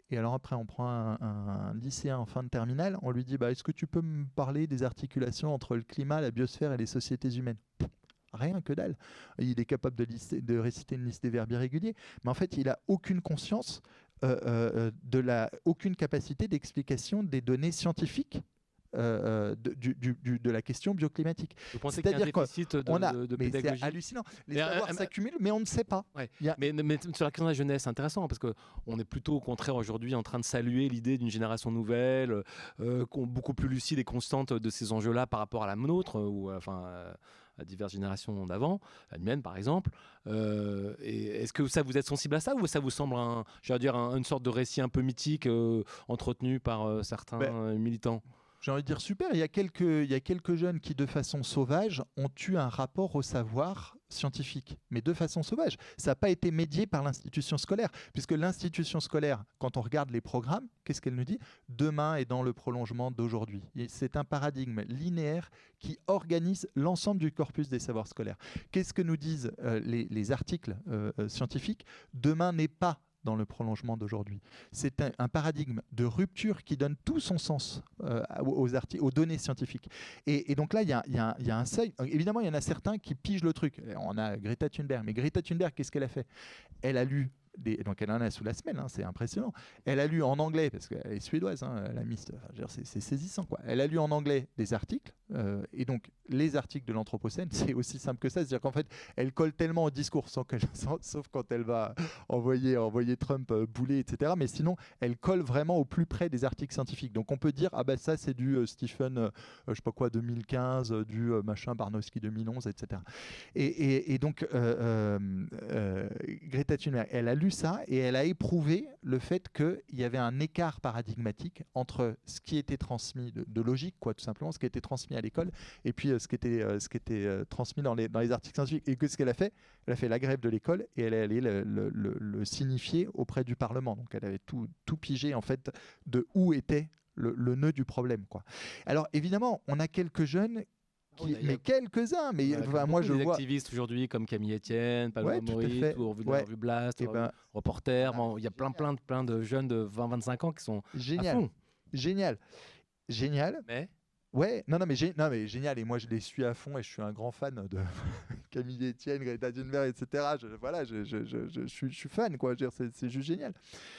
Et alors après, on prend un, un lycéen en fin de terminale, on lui dit bah, est-ce que tu peux me parler des articulations entre le climat, la biosphère et les sociétés humaines? Rien, que dalle. Il est capable de, lister, de réciter une liste des verbes irréguliers, mais en fait, il n'a aucune conscience, euh, euh, de la, aucune capacité d'explication des données scientifiques euh, de, du, du, de la question bioclimatique. Vous pensez qu'il y a un déficit de, a, de, de mais pédagogie? C'est hallucinant. Les mais, savoirs euh, s'accumulent, mais on ne sait pas. Ouais. A... Mais, mais sur la question de la jeunesse, c'est intéressant parce qu'on est plutôt au contraire aujourd'hui en train de saluer l'idée d'une génération nouvelle, euh, beaucoup plus lucide et constante de ces enjeux-là par rapport à la nôtre, ou enfin euh, à diverses générations d'avant, la mienne par exemple. Euh, Est-ce que ça vous êtes sensible à ça, ou ça vous semble un, je veux dire, un, une sorte de récit un peu mythique euh, entretenu par euh, certains ben... militants? J'ai envie de dire super, il y, a quelques, il y a quelques jeunes qui, de façon sauvage, ont eu un rapport au savoir scientifique, mais de façon sauvage. Ça n'a pas été médié par l'institution scolaire, puisque l'institution scolaire, quand on regarde les programmes, qu'est-ce qu'elle nous dit? Demain est dans le prolongement d'aujourd'hui. C'est un paradigme linéaire qui organise l'ensemble du corpus des savoirs scolaires. Qu'est-ce que nous disent euh, les, les articles euh, scientifiques? Demain n'est pas dans le prolongement d'aujourd'hui. C'est un, un paradigme de rupture qui donne tout son sens euh, aux, aux données scientifiques. Et, et donc là, il y, y, y a un seuil. Évidemment, il y en a certains qui pigent le truc. On a Greta Thunberg. Mais Greta Thunberg, qu'est-ce qu'elle a fait? Elle a lu, des, donc elle en a sous la semaine, hein, c'est impressionnant. Elle a lu en anglais, parce qu'elle est suédoise, hein, la Miss, enfin, c'est saisissant, quoi. Elle a lu en anglais des articles, euh, et donc les articles de l'Anthropocène, c'est aussi simple que ça, c'est-à-dire qu'en fait, elle colle tellement au discours, sans que, sans, sauf quand elle va envoyer, envoyer Trump euh, bouler, et cetera. Mais sinon, elle colle vraiment au plus près des articles scientifiques. Donc on peut dire, ah ben ça c'est du euh, Stephen, euh, je sais pas quoi, deux mille quinze, euh, du euh, machin Barnowski deux mille onze, et cetera. Et, et, et donc euh, euh, Greta Thunberg, elle a lu ça et elle a éprouvé le fait qu'il y avait un écart paradigmatique entre ce qui était transmis de, de logique, quoi, tout simplement, ce qui était transmis à l'école, et puis euh, ce qui était, euh, ce qui était euh, transmis dans les, dans les articles scientifiques. Et que ce qu'elle a fait, elle a fait la grève de l'école et elle est allée le, le, le, le signifier auprès du Parlement. Donc elle avait tout, tout pigé en fait de où était le, le nœud du problème, quoi. Alors évidemment, on a quelques jeunes. Qui, oh, mais quelques-uns, mais euh, enfin, moi je des vois activistes aujourd'hui comme Camille Etienne, Paloma ouais, Maurit, ou Revue de ouais. la Revue Blast, et ben, Reporter. Voilà, bon, il y a plein, plein, de, plein de jeunes de vingt à vingt-cinq ans qui sont génial, à fond. Génial, génial. Mais ouais, non, non, mais, gé non, mais génial. Et moi, je les suis à fond et je suis un grand fan de Camille Etienne, Greta Thunberg, et cetera. Je, voilà, je, je, je, je, suis, je suis fan, quoi. C'est juste génial.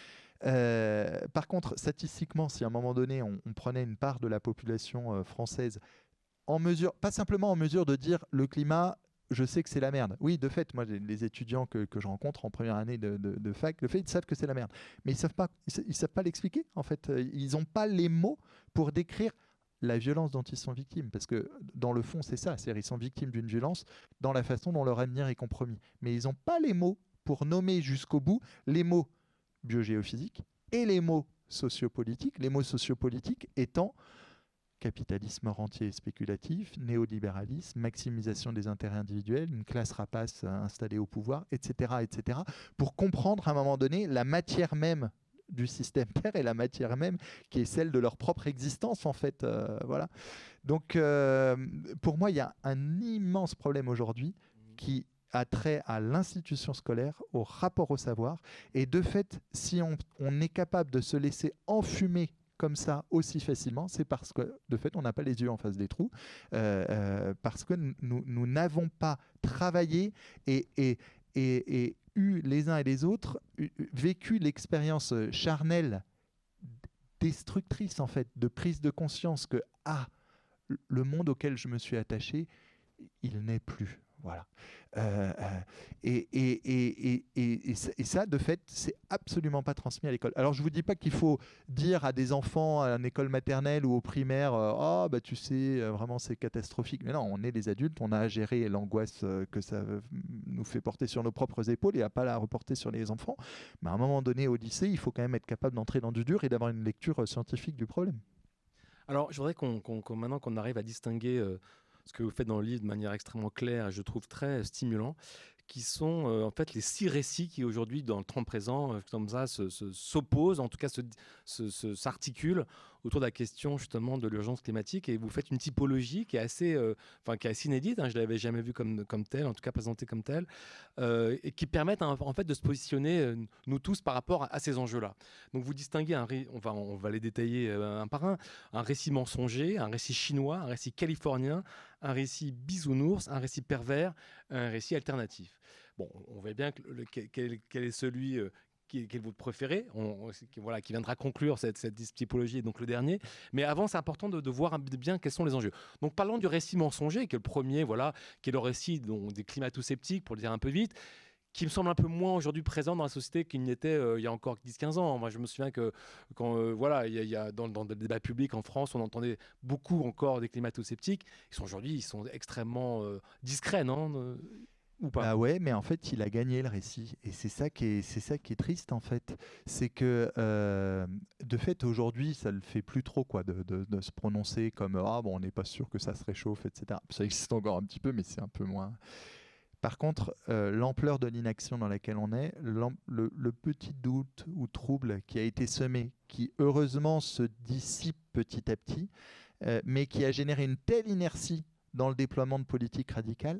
Euh, par contre, statistiquement, si à un moment donné, on, on prenait une part de la population euh, française en mesure, pas simplement en mesure de dire le climat, je sais que c'est la merde. Oui, de fait, moi, les étudiants que, que je rencontre en première année de, de, de fac, le fait, ils savent que c'est la merde. Mais ils ne savent pas, ils, ils savent pas l'expliquer, en fait. Ils n'ont pas les mots pour décrire la violence dont ils sont victimes. Parce que dans le fond, c'est ça. C'est-à-dire ils sont victimes d'une violence dans la façon dont leur avenir est compromis. Mais ils n'ont pas les mots pour nommer jusqu'au bout les mots biogéophysiques et les mots sociopolitiques. Les mots sociopolitiques étant capitalisme rentier et spéculatif, néolibéralisme, maximisation des intérêts individuels, une classe rapace installée au pouvoir, et cetera, et cetera, pour comprendre à un moment donné la matière même du système Terre et la matière même qui est celle de leur propre existence, en fait. Euh, voilà. Donc, euh, pour moi, il y a un immense problème aujourd'hui qui a trait à l'institution scolaire, au rapport au savoir, et de fait, si on, on est capable de se laisser enfumer comme ça aussi facilement, c'est parce que de fait on n'a pas les yeux en face des trous, euh, euh, parce que nous n'avons pas travaillé et, et, et, et eu les uns et les autres eu, vécu l'expérience charnelle destructrice en fait, de prise de conscience que ah, le monde auquel je me suis attaché, il n'est plus. Voilà. Euh, euh, et, et, et, et, et, et ça, de fait, c'est absolument pas transmis à l'école. Alors, je vous dis pas qu'il faut dire à des enfants à une école maternelle ou au primaire, euh, oh, bah tu sais, euh, vraiment c'est catastrophique. Mais non, on est des adultes, on a à gérer l'angoisse euh, que ça nous fait porter sur nos propres épaules et à pas la reporter sur les enfants. Mais à un moment donné, au lycée, il faut quand même être capable d'entrer dans du dur et d'avoir une lecture scientifique du problème. Alors, je voudrais qu'on, qu'on, qu'on maintenant qu'on arrive à distinguer euh, ce que vous faites dans le livre de manière extrêmement claire et je trouve très stimulant, qui sont euh, en fait les six récits qui aujourd'hui dans le temps présent, euh, comme ça, se, se, s'opposent, en tout cas se, se, se, s'articulent autour de la question justement de l'urgence climatique, et vous faites une typologie qui est assez, euh, enfin qui est assez inédite. Hein, je l'avais jamais vue comme comme telle, en tout cas présentée comme telle, euh, et qui permettent en, en fait de se positionner euh, nous tous par rapport à, à ces enjeux-là. Donc vous distinguez un, ré- on va on va les détailler euh, un par un, un récit mensonger, un récit chinois, un récit californien, un récit bisounours, un récit pervers, un récit alternatif. Bon, on voit bien que le, quel, quel est celui euh, qui, qui est votre préféré, on, qui, voilà, qui viendra conclure cette, cette typologie, donc le dernier. Mais avant, c'est important de, de voir bien quels sont les enjeux. Donc parlons du récit mensonger, qui est le premier, voilà, qui est le récit donc, des climato-sceptiques, pour le dire un peu vite, qui me semble un peu moins aujourd'hui présent dans la société qu'il n'était euh, il y a encore dix quinze ans. Moi, je me souviens que quand, euh, voilà, il y a, il y a dans, dans le débat public en France, on entendait beaucoup encore des climato-sceptiques. Ils sont aujourd'hui, ils sont extrêmement euh, discrets, non euh, ou pas? Bah ouais, mais en fait, il a gagné le récit. Et c'est ça qui est, c'est ça qui est triste, en fait. C'est que, euh, de fait, aujourd'hui, ça le fait plus trop, quoi, de, de- de se prononcer comme ah bon, on n'est pas sûr que ça se réchauffe, et cetera. Ça existe encore un petit peu, mais c'est un peu moins. Par contre, euh, l'ampleur de l'inaction dans laquelle on est, l'am- le, le petit doute ou trouble qui a été semé, qui heureusement se dissipe petit à petit, euh, mais qui a généré une telle inertie dans le déploiement de politiques radicales,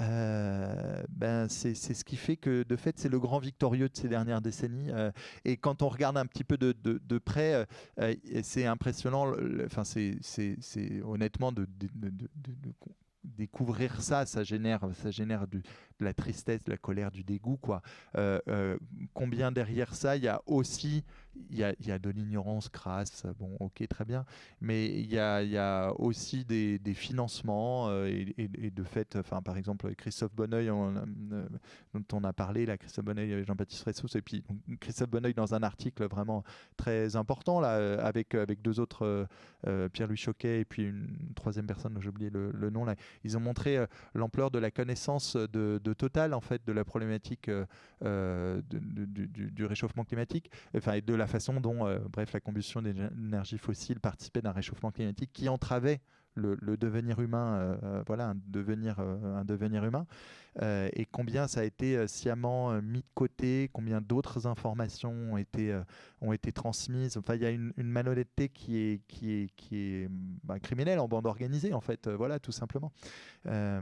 euh, ben c'est c'est ce qui fait que, de fait, c'est le grand victorieux de ces dernières décennies. Euh, et quand on regarde un petit peu de, de, de près, euh, euh, c'est impressionnant. Enfin, c'est c'est- c'est honnêtement de, de, de- de- de- de découvrir ça, ça génère, ça génère du, de la tristesse, de la colère, du dégoût, quoi. Euh, euh, combien derrière ça, il y a aussi, il y a, il y a de l'ignorance crasse, bon, ok, très bien, mais il y a, il y a aussi des, des financements euh, et, et- et de fait, enfin, par exemple, Christophe Bonneuil, on, euh, dont on a parlé, là, Christophe Bonneuil et Jean-Baptiste Ressos, et puis donc, Christophe Bonneuil dans un article vraiment très important, là, euh, avec, avec deux autres, euh, euh, Pierre-Louis Choquet et puis une troisième personne, dont j'ai oublié le, le nom, là. Ils ont montré euh, l'ampleur de la connaissance de, de Total, en fait, de la problématique euh, euh, de- de- du, du- du réchauffement climatique, enfin, et de la façon dont, euh, bref, la combustion d'énergie fossile participait d'un réchauffement climatique qui entravait le, le devenir humain, euh, euh, voilà, un devenir, euh, un devenir humain, euh, et combien ça a été euh, sciemment euh, mis de côté, combien d'autres informations ont été, euh, ont été transmises. Enfin, il y a une, une malhonnêteté qui est, qui est, qui est bah, criminelle en bande organisée, en fait, euh, voilà, tout simplement. Euh,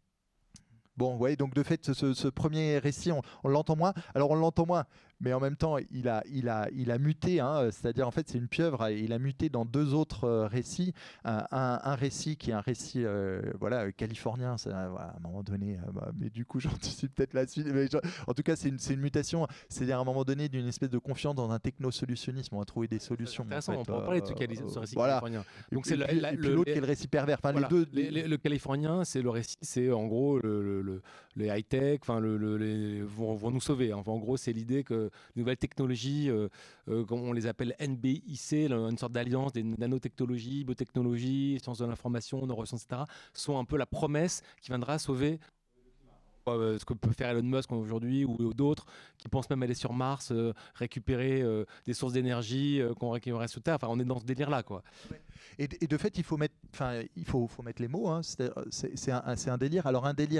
Bon, ouais, donc de fait, ce, ce premier récit, on, on l'entend moins. Alors, on l'entend moins, mais en même temps, il a, il a, il a muté, hein, c'est-à-dire, en fait, c'est une pieuvre, et il a muté dans deux autres euh, récits. Un, un- un récit qui est un récit euh, voilà, californien, ça, voilà, à un moment donné, euh, bah, mais du coup, j'anticipe peut-être la suite. Mais je- en tout cas, c'est une, c'est une mutation, c'est-à-dire à un moment donné, d'une espèce de confiance dans un techno-solutionnisme. On va trouver des C'est solutions, en intéressant, fait. on peut en parler de ce, Euh, cali- euh, ce récit voilà. californien. Et, Donc puis, c'est et le, puis, la- et puis le- l'autre qui les- est le récit pervers. Enfin, les voilà, deux. les- les- le californien, c'est le récit, c'est en gros le, le- le- les high-tech, enfin le, le- les, vont, vont nous sauver. Enfin, en gros, c'est l'idée que les nouvelles technologies, euh, euh, comme on les appelle N B I C, là, une sorte d'alliance des nanotechnologies, biotechnologies, sciences de l'information, neurosciences, et cetera, sont un peu la promesse qui viendra sauver euh, ce que peut faire Elon Musk aujourd'hui ou d'autres qui pensent même aller sur Mars, euh, récupérer euh, des sources d'énergie euh, qu'on récupérerait sur Terre. Enfin, on est dans ce délire-là, quoi. Et, et de fait, il faut mettre, enfin, il faut, faut mettre les mots. Hein. C'est c'est- c'est un, c'est un délire. Alors un délire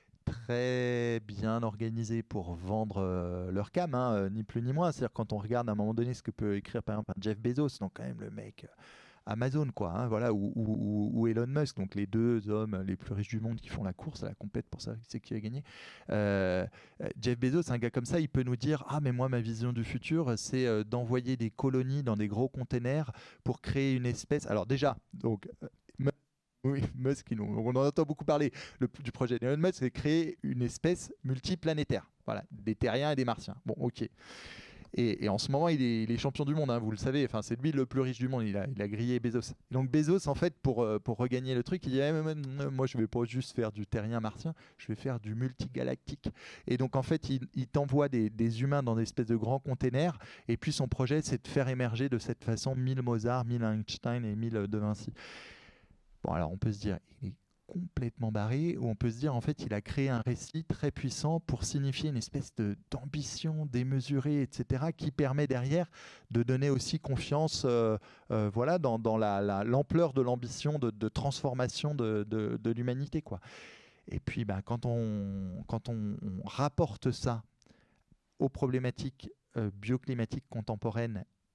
très bien organisé pour vendre euh, leur cam, hein, euh, ni plus ni moins. C'est-à-dire quand on regarde à un moment donné ce que peut écrire par exemple un Jeff Bezos, donc quand même le mec. euh, Amazon, quoi, hein, voilà, ou, ou- ou- ou Elon Musk, donc les deux hommes les plus riches du monde qui font la course à la compète pour savoir qui c'est qui a gagné. Euh, euh, Jeff Bezos, un gars comme ça, il peut nous dire ah mais moi ma vision du futur, c'est euh, d'envoyer des colonies dans des gros containers pour créer une espèce. Alors déjà, donc euh, Mu- oui, Musk, il- on en entend beaucoup parler. Le, du projet d'Elon Musk, c'est créer une espèce multiplanétaire. Voilà, des terriens et des martiens. Bon, ok. Et, et en ce moment, il est, il est champion du monde, hein, vous le savez. Enfin, c'est lui le plus riche du monde. Il a, il a grillé Bezos. Et donc Bezos, en fait, pour, euh, pour regagner le truc, il dit eh, mais, mais, moi, je vais pas juste faire du terrien martien, je vais faire du multigalactique. Et donc, en fait, il, il t'envoie des, des humains dans des espèces de grands containers. Et puis, son projet, c'est de faire émerger de cette façon mille Mozart, mille Einstein et mille De Vinci. Bon, alors on peut se dire, il est complètement barré, ou on peut se dire, en fait, il a créé un récit très puissant pour signifier une espèce de, d'ambition démesurée, et cetera, qui permet derrière de donner aussi confiance euh, euh, voilà, dans, dans la, la, l'ampleur de l'ambition de, de transformation de, de, de l'humanité, quoi. Et puis, ben, quand on, quand on, on rapporte ça aux problématiques euh, bioclimatiques contemporaines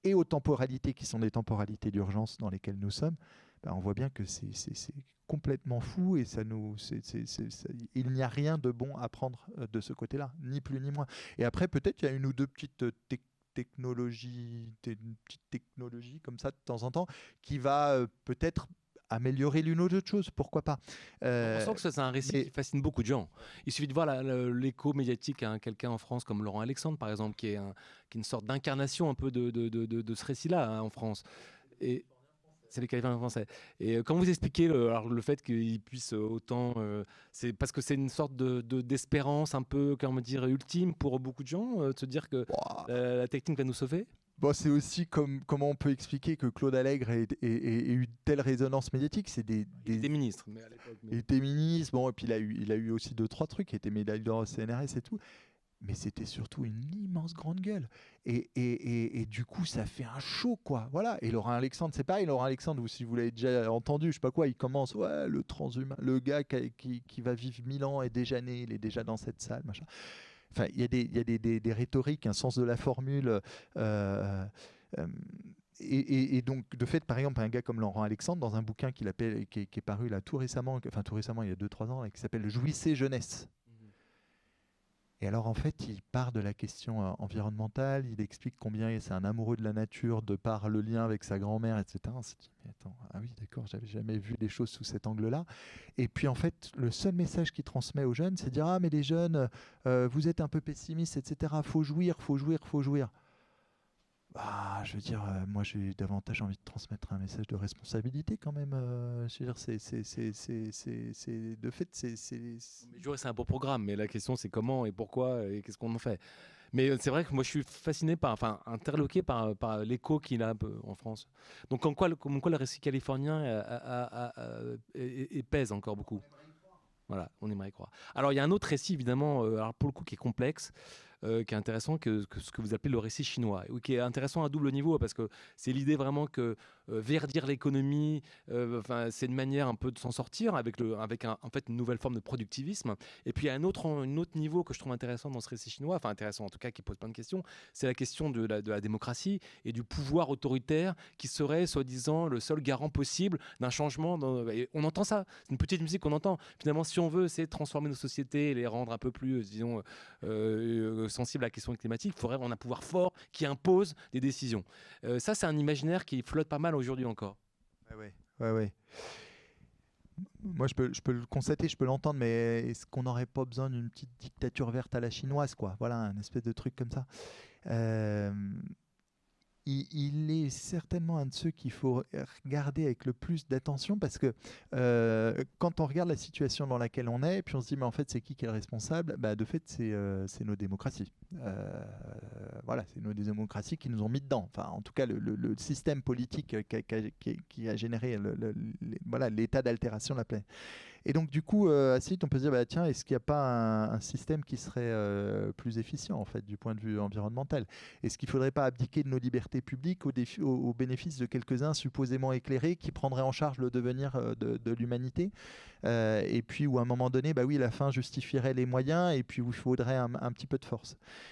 et aux temporalités qui sont des temporalités d'urgence dans lesquelles nous sommes, ben on voit bien que c'est, c'est, c'est complètement fou et ça nous, c'est, c'est, c'est, ça, il n'y a rien de bon à prendre de ce côté-là, ni plus ni moins. Et après, peut-être il y a une ou deux petites te- technologies, une petite technologie comme ça de temps en temps qui va euh, peut-être améliorer l'une ou l'autre chose, pourquoi pas. Euh, on sent que ça, c'est un récit mais... qui fascine beaucoup de gens. Il suffit de voir la, la, l'écho médiatique à hein, quelqu'un en France comme Laurent Alexandre, par exemple, qui est, un, qui est une sorte d'incarnation un peu de, de, de, de, de ce récit-là hein, en France. Et c'est les Californiens français. Et euh, quand vous expliquez le, alors, le fait qu'ils puissent autant... Euh, c'est parce que c'est une sorte de, de, d'espérance un peu, comment dire, ultime pour beaucoup de gens, euh, de se dire que wow. la, la technique va nous sauver. Bon, c'est aussi comme, comment on peut expliquer que Claude Allègre ait, ait, ait, ait eu telle résonance médiatique. C'est des, des... Il était ministre. Mais à l'époque, mais... Il était ministre, bon, et puis il a, eu, il a eu aussi deux, trois trucs, il était médaille d'or au C N R S et tout. Mais c'était surtout une immense grande gueule. Et, et, et, et du coup, ça fait un show, quoi. Voilà. Et Laurent Alexandre, c'est pareil. Laurent Alexandre, vous, si vous l'avez déjà entendu, je sais pas quoi, il commence, ouais, le transhumain, le gars qui, qui, qui va vivre mille ans est déjà né, il est déjà dans cette salle, machin. Enfin, il y a des, il y a des, des, des rhétoriques, un sens de la formule. Euh, euh, et, et, et donc, de fait, par exemple, un gars comme Laurent Alexandre, dans un bouquin qu'il appelle, qui, est, qui est paru là tout récemment, enfin tout récemment, il y a deux trois ans, là, qui s'appelle Jouissez jeunesse. Et alors, en fait, il part de la question euh, environnementale, il explique combien c'est un amoureux de la nature de par le lien avec sa grand-mère, et cetera. On s'est dit, mais attends, ah oui, d'accord, j'avais jamais vu les choses sous cet angle-là. Et puis, en fait, le seul message qu'il transmet aux jeunes, c'est de dire, ah, mais les jeunes, euh, vous êtes un peu pessimistes, et cetera. Faut jouir, faut jouir, faut jouir. Bah, je veux dire, euh, moi j'ai davantage envie de transmettre un message de responsabilité quand même. Euh, je veux dire, c'est, c'est, c'est, c'est, c'est, c'est de fait, c'est, c'est... Mais jouer, c'est un beau programme, mais la question c'est comment et pourquoi et qu'est-ce qu'on en fait. Mais c'est vrai que moi je suis fasciné par, enfin interloqué par, par l'écho qu'il a un peu en France. Donc en quoi, comme quoi le récit californien a, a, a, a, et, et pèse encore beaucoup. Voilà, on aimerait y croire. Alors il y a un autre récit évidemment, euh, alors pour le coup qui est complexe. Euh, qui est intéressant, que, que ce que vous appelez le récit chinois, ou qui est intéressant à double niveau, parce que c'est l'idée vraiment que euh, verdir l'économie, euh, c'est une manière un peu de s'en sortir, avec, le, avec un, en fait, une nouvelle forme de productivisme. Et puis il y a un autre, un autre niveau que je trouve intéressant dans ce récit chinois, enfin intéressant en tout cas, qui pose plein de questions, c'est la question de la, de la démocratie et du pouvoir autoritaire qui serait, soi-disant, le seul garant possible d'un changement. Dans, et on entend ça, c'est une petite musique qu'on entend. Finalement, si on veut, c'est transformer nos sociétés et les rendre un peu plus, disons, euh, sensible à la question climatique, il faudrait avoir un pouvoir fort qui impose des décisions. Euh, ça, c'est un imaginaire qui flotte pas mal aujourd'hui encore. Ouais, ouais, ouais, ouais. Moi, je peux, je peux le constater, je peux l'entendre, mais est-ce qu'on n'aurait pas besoin d'une petite dictature verte à la chinoise, quoi ? Voilà, un espèce de truc comme ça. Euh... Il, il est certainement un de ceux qu'il faut regarder avec le plus d'attention parce que euh, quand on regarde la situation dans laquelle on est, puis on se dit mais en fait c'est qui qui est le responsable ? Bah, de fait c'est euh, c'est nos démocraties. Euh, voilà, c'est nos démocraties qui nous ont mis dedans. Enfin, en tout cas le, le, le système politique qui a, qui a, qui a généré le, le, les, voilà, l'état d'altération de la planète. Et donc du coup, euh, assez vite, on peut se dire, bah, tiens, est-ce qu'il n'y a pas un, un système qui serait euh, plus efficient en fait, du point de vue environnemental ? Est-ce qu'il ne faudrait pas abdiquer de nos libertés publiques au, défi, au, au bénéfice de quelques-uns supposément éclairés qui prendraient en charge le devenir euh, de, de l'humanité ? euh, Et puis où à un moment donné, bah oui, la fin justifierait les moyens et puis où il faudrait un, un petit peu de force.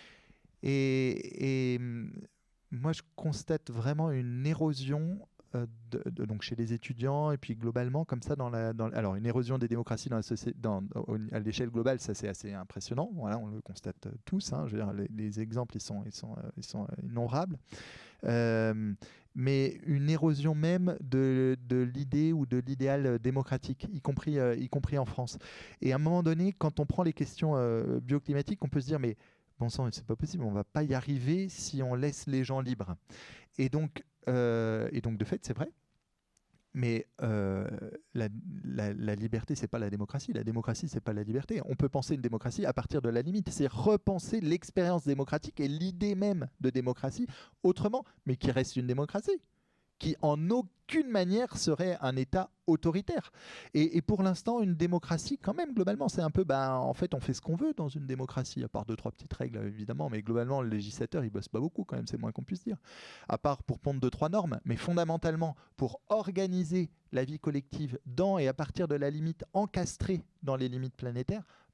Et, et moi, je constate vraiment une érosion De, de, donc chez les étudiants et puis globalement comme ça dans la dans, alors une érosion des démocraties dans la société dans, à l'échelle globale, ça c'est assez impressionnant, voilà, on le constate tous, hein, je veux dire, les, les exemples ils sont ils sont ils sont innombrables, euh, mais une érosion même de, de l'idée ou de l'idéal démocratique, y compris euh, y compris en France. Et à un moment donné, quand on prend les questions euh, bioclimatiques, on peut se dire mais bon sang, c'est pas possible, on va pas y arriver si on laisse les gens libres. Et donc Euh, et donc de fait c'est vrai, mais euh, la, la, la liberté c'est pas la démocratie, la démocratie c'est pas la liberté. On peut penser une démocratie à partir de la limite, c'est repenser l'expérience démocratique et l'idée même de démocratie autrement, mais qui reste une démocratie, qui en aucune manière serait un État autoritaire. Et, et pour l'instant, une démocratie, quand même, globalement, c'est un peu, ben, en fait, on fait ce qu'on veut dans une démocratie, à part deux, trois petites règles, évidemment, mais globalement, le législateur, il bosse pas beaucoup, quand même, c'est moins qu'on puisse dire. À part pour pondre deux, trois normes, mais fondamentalement, pour organiser la vie collective dans et à partir de la limite encastrée dans les limites planétaires,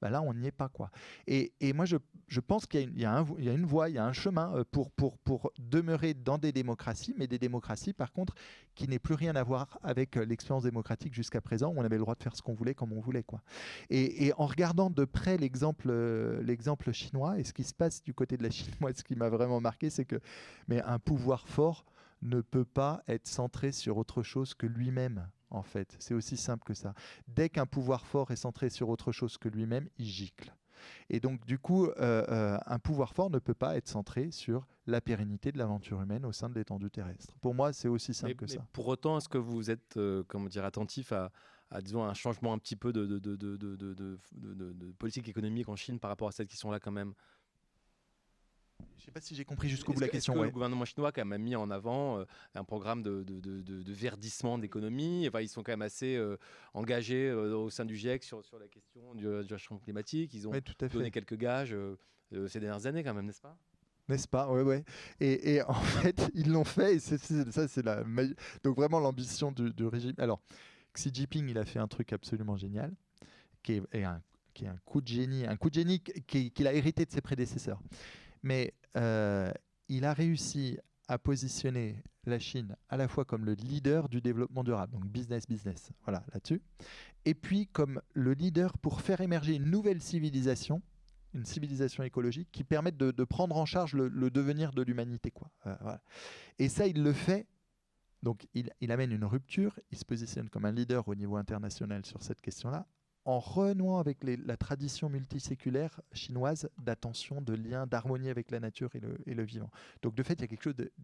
bah là, on n'y est pas, quoi. Et, et moi, je, je pense qu'il y a, une, il y a un, il y a une voie, il y a un chemin euh, pour, pour, pour demeurer dans des démocraties, mais des démocraties, par contre, qui n'aient plus rien à voir avec euh, l'expérience démocratique jusqu'à présent, où on avait le droit de faire ce qu'on voulait, comme on voulait, quoi. Et, et en regardant de près l'exemple, euh, l'exemple chinois, et ce qui se passe du côté de la Chine, moi, ce qui m'a vraiment marqué, c'est que mais un pouvoir fort ne peut pas être centré sur autre chose que lui-même. En fait, c'est aussi simple que ça. Dès qu'un pouvoir fort est centré sur autre chose que lui-même, il gicle. Et donc, du coup, euh, euh, un pouvoir fort ne peut pas être centré sur la pérennité de l'aventure humaine au sein de l'étendue terrestre. Pour moi, c'est aussi simple Mais, que mais ça. pour autant, est-ce que vous êtes, euh, comment dire, attentif à, à, disons, un changement un petit peu de, de, de, de, de, de, de, de- de politique économique en Chine par rapport à cette question-là quand même? Je ne sais pas si j'ai compris jusqu'au bout Est-ce la que, est-ce question. que le Ouais. gouvernement chinois a quand même mis en avant euh, un programme de, de, de, de- de verdissement d'économie? Enfin, ils sont quand même assez euh, engagés euh, au sein du GIEC sur, sur la question du, du changement climatique. Ils ont Oui, tout à donné fait. quelques gages euh, euh, ces dernières années quand même, n'est-ce pas? N'est-ce pas? Ouais, ouais. Et, et en fait, ils l'ont fait. Et c'est, c'est- ça, c'est la magie. Donc vraiment l'ambition du, du régime. Alors, Xi Jinping, il a fait un truc absolument génial, qui est, est un, qui est un coup de génie, un coup de génie qui- qu'il a hérité de ses prédécesseurs. Mais euh, il a réussi à positionner la Chine à la fois comme le leader du développement durable, donc business, business, voilà, là-dessus, et puis comme le leader pour faire émerger une nouvelle civilisation, une civilisation écologique qui permette de, de prendre en charge le, le devenir de l'humanité, quoi. Euh, voilà. Et ça, il le fait. Donc, il, il amène une rupture, il se positionne comme un leader au niveau international sur cette question-là, en renouant avec les- la tradition multiséculaire chinoise d'attention, de lien, d'harmonie avec la nature et le, et le vivant. Donc, de fait, il y a quelque chose de,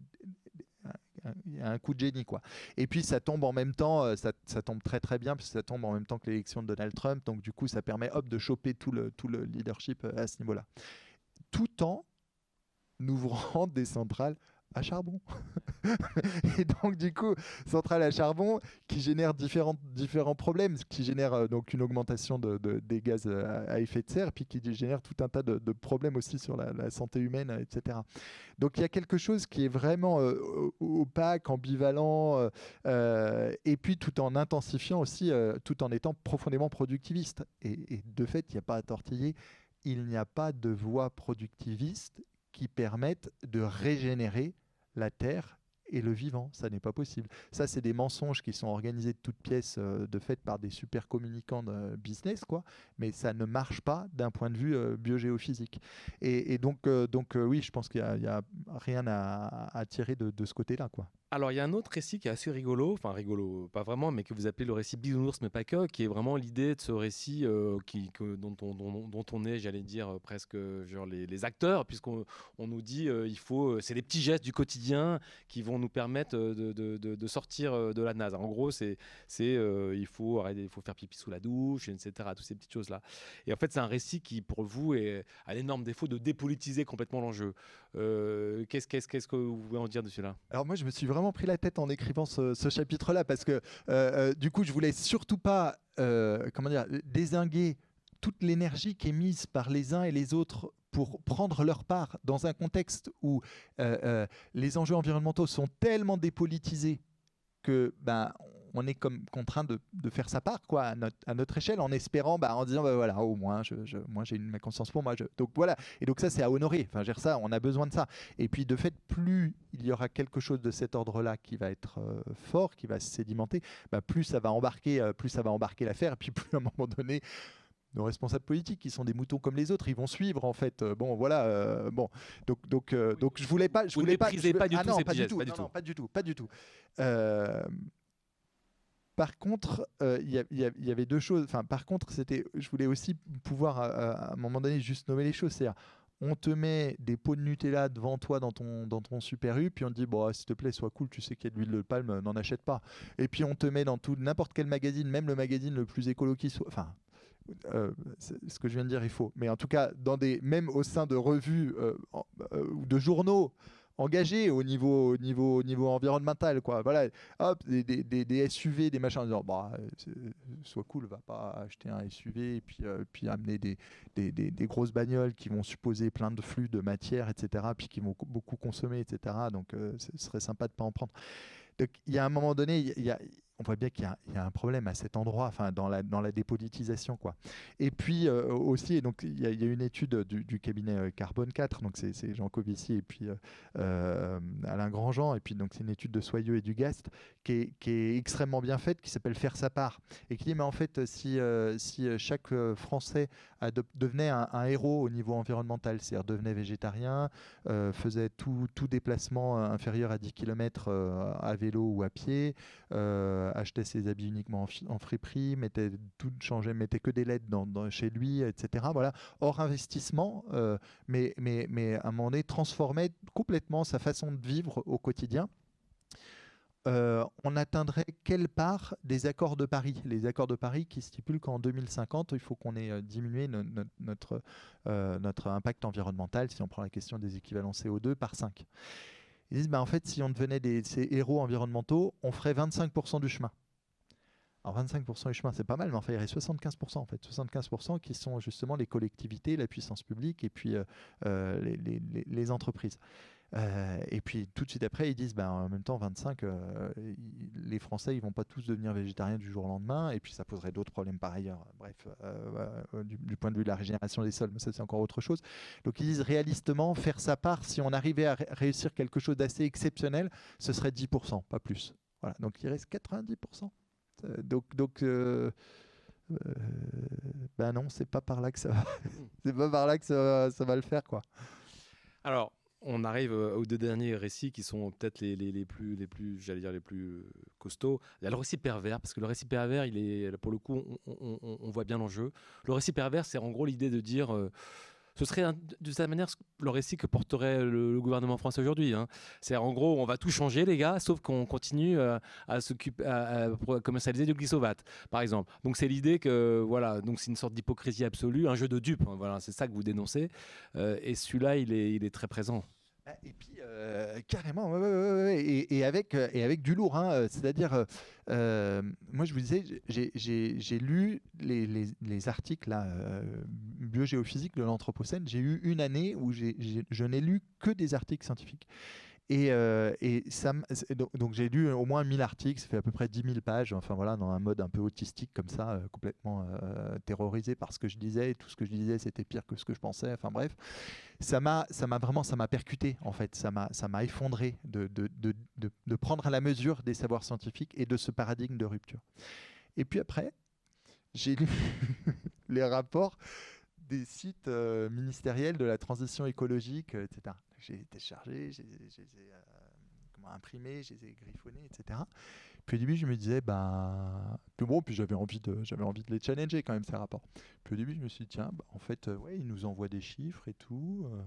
un, il y a un coup de génie, quoi. Et puis ça tombe en même temps, euh, ça, ça tombe très très bien parce que ça tombe en même temps que l'élection de Donald Trump. Donc du coup, ça permet hop de choper tout le tout le leadership euh, à ce niveau-là, tout en ouvrant des centrales à charbon. Et donc, du coup, centrale à charbon qui génère différents, différents problèmes, qui génère euh, donc une augmentation de, de- des gaz euh, à, à effet de serre, puis qui génère tout un tas de, de problèmes aussi sur la, la santé humaine, euh, et cetera. Donc, il y a quelque chose qui est vraiment euh, o- opaque, ambivalent, euh, euh, et puis tout en intensifiant aussi, euh, tout en étant profondément productiviste. Et, et de fait, il n'y a pas à tortiller, il n'y a pas de voie productiviste qui permette de régénérer la terre et le vivant. Ça n'est pas possible. Ça, c'est des mensonges qui sont organisés de toutes pièces, euh, de fait, par des super communicants de business, quoi. Mais ça ne marche pas d'un point de vue euh, biogéophysique. Et, et donc, euh, donc euh, oui, je pense qu'il n'y a, a, rien à, à tirer de, de ce côté-là, quoi. Alors, il y a un autre récit qui est assez rigolo, enfin rigolo, pas vraiment, mais que vous appelez le récit Bisounours, mais pas que, qui est vraiment l'idée de ce récit euh, qui, que, dont, on, dont, dont on est, j'allais dire, euh, presque genre les, les acteurs, puisqu'on on nous dit euh, il faut, euh, c'est les petits gestes du quotidien qui vont nous permettre euh, de, de, de, de sortir euh, de la naze. En gros, c'est, c'est euh, il faut arrêter, il faut faire pipi sous la douche, et cetera. Toutes ces petites choses-là. Et en fait, c'est un récit qui, pour vous, est, a l'énorme défaut de dépolitiser complètement l'enjeu. Euh, qu'est-ce, qu'est-ce, qu'est-ce que vous pouvez en dire de cela? Alors moi, je me suis vraiment pris la tête en écrivant ce, ce chapitre-là parce que euh, euh, du coup, je voulais surtout pas, euh, comment dire, dézinguer toute l'énergie qui est mise par les uns et les autres pour prendre leur part dans un contexte où euh, euh, les enjeux environnementaux sont tellement dépolitisés que ben on est comme contraint de, de faire sa part quoi à notre, à notre échelle en espérant bah, en disant bah, voilà au moins je, je, moi j'ai une ma conscience pour moi je... donc voilà et donc ça c'est à honorer enfin dire ça on a besoin de ça et puis de fait plus il y aura quelque chose de cet ordre là qui va être euh, fort qui va se sédimenter bah, plus ça va embarquer euh, plus ça va embarquer l'affaire et puis plus à un moment donné nos responsables politiques qui sont des moutons comme les autres ils vont suivre en fait euh, bon voilà euh, bon donc donc euh, Oui, donc je voulais pas je vous ne voulais pas méprisez je... pas du ah tout non ces pas petits du gestes, tout pas du non tout. non pas du tout pas du tout euh, par contre, euh, il y, y, y avait deux choses. Enfin, par contre, c'était, je voulais aussi pouvoir, à, à un moment donné, juste nommer les choses. C'est-à-dire, on te met des pots de Nutella devant toi dans ton, dans ton Super U, puis on te dit, bon, s'il te plaît, sois cool, tu sais qu'il y a de l'huile de palme, n'en achète pas. Et puis on te met dans tout n'importe quel magazine, même le magazine le plus écolo qui soit. Enfin, euh, ce que je viens de dire est faux. Mais en tout cas, dans des, même au sein de revues euh, euh, ou de journaux engagés au niveau, au niveau, au niveau environnemental, quoi. Voilà, hop, des, des, des, des S U V, des machins, en disant, bah, sois cool, va pas acheter un S U V et puis, euh, puis amener des, des, des, des grosses bagnoles qui vont supposer plein de flux de matière, et cetera, puis qui vont beaucoup consommer, et cetera. Donc, euh, ce serait sympa de pas en prendre. Donc, il y a un moment donné, il y a, on voit bien qu'il y a, il y a un problème à cet endroit, enfin dans la, dans la dépolitisation, quoi. Et puis euh, aussi, et donc il y, a, il y a une étude du, du cabinet euh, Carbone quatre, donc c'est, c'est Jean Covici et puis euh, euh, Alain Grandjean, et puis donc c'est une étude de Soyeux et Dugast qui est, qui est extrêmement bien faite, qui s'appelle Faire sa part, et qui dit mais en fait si, euh, si chaque euh, Français adop- devenait un, un héros au niveau environnemental, c'est-à-dire devenait végétarien, euh, faisait tout, tout déplacement euh, inférieur à dix kilomètres euh, à vélo ou à pied, euh, achetait ses habits uniquement en, fi- en friperie, mettait tout changeait, mettait que des L E D dans, dans- chez lui, et cetera. Voilà, hors investissement, euh, mais, mais, mais à un moment donné transformait complètement sa façon de vivre au quotidien. Euh, on atteindrait quelle part des accords de Paris? Les accords de Paris qui stipulent qu'en deux mille cinquante, il faut qu'on ait euh, diminué no- no- notre, euh, notre impact environnemental, si on prend la question des équivalents C O deux, par cinq. Ils disent, bah, en fait, si on devenait des, ces héros environnementaux, on ferait vingt-cinq pour cent du chemin. Alors vingt-cinq pour cent du chemin, c'est pas mal, mais enfin, il y aurait soixante-quinze pour cent en fait. soixante-quinze pour cent qui sont justement les collectivités, la puissance publique et puis euh, euh, les, les- les- les entreprises. Euh, et puis tout de suite après, ils disent, ben, en même temps, vingt-cinq, euh, ils- les Français, ils vont pas tous devenir végétariens du jour au lendemain, et puis ça poserait d'autres problèmes par ailleurs. Bref, euh, euh, du, du point de vue de la régénération des sols, mais ça c'est encore autre chose. Donc ils disent réalistement, faire sa part, si on arrivait à ré- réussir quelque chose d'assez exceptionnel, ce serait dix pour cent, pas plus. Voilà, donc il reste quatre-vingt-dix pour cent. Euh, donc, donc euh, euh, ben non, c'est pas par là que ça va, c'est pas par là que ça, va- ça va le faire, quoi. Alors, on arrive euh, aux deux derniers récits qui sont peut-être les, les, les plus, les plus, j'allais dire, les plus euh, costauds. Il y a le récit pervers, parce que le récit pervers, il est, pour le coup, on, on- on- on voit bien l'enjeu. Le récit pervers, c'est en gros l'idée de dire, euh, ce serait un- de cette manière le récit que porterait le, le gouvernement français aujourd'hui, hein. C'est en gros, on va tout changer, les gars, sauf qu'on continue euh, à s'occuper, à, à pro- commercialiser du glyphosate, par exemple. Donc c'est l'idée que, voilà, donc c'est une sorte d'hypocrisie absolue, un jeu de dupes, hein, voilà, c'est ça que vous dénoncez. Euh, et celui-là, il est, il est très présent. Ah, et puis euh, carrément, ouais, ouais, ouais, ouais, et, et avec, euh, et avec du lourd, hein, euh, c'est-à-dire, euh, euh, moi je vous disais, j'ai- j'ai j'ai lu les, les- les articles là, euh, biogéophysiques de l'Anthropocène. J'ai eu une année où j'ai- j'ai- je n'ai lu que des articles scientifiques. Et, euh, et ça, m- c'est- donc, donc j'ai lu au moins mille articles, ça fait à peu près dix mille pages, enfin voilà, dans un mode un peu autistique comme ça, euh, complètement euh, terrorisé par ce que je disais, et tout ce que je disais c'était pire que ce que je pensais, enfin bref. Ça m'a, ça m'a vraiment, ça m'a percuté en fait, ça m'a, ça m'a effondré de, de, de, de, de prendre à la mesure des savoirs scientifiques et de ce paradigme de rupture. Et puis après, j'ai lu les rapports des sites euh, ministériels de la transition écologique, euh, et cetera. J'ai téléchargé, j'ai, j'ai, j'ai, euh, comment, imprimé, j'ai griffonnés, et cetera. Puis au début, je me disais, ben, puis bon, puis j'avais envie de, j'avais envie de les challenger quand même ces rapports. Puis au début, je me suis dit, tiens, bah, en fait, euh, ouais, ils nous envoient des chiffres et tout. euh.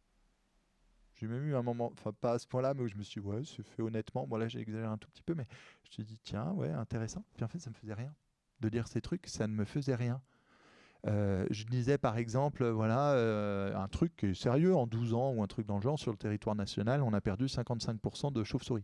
J'ai même eu un moment, enfin pas à ce point-là, mais où je me suis dit, ouais, c'est fait honnêtement. Bon là, j'ai exagéré un tout petit peu, mais je me suis dit, tiens, ouais, intéressant. Puis en fait, ça me faisait rien de lire ces trucs, ça ne me faisait rien. Euh, je disais par exemple, euh, voilà, euh, un truc qui est sérieux, en douze ans ou un truc dans le genre, sur le territoire national, on a perdu cinquante-cinq pour cent de chauves-souris.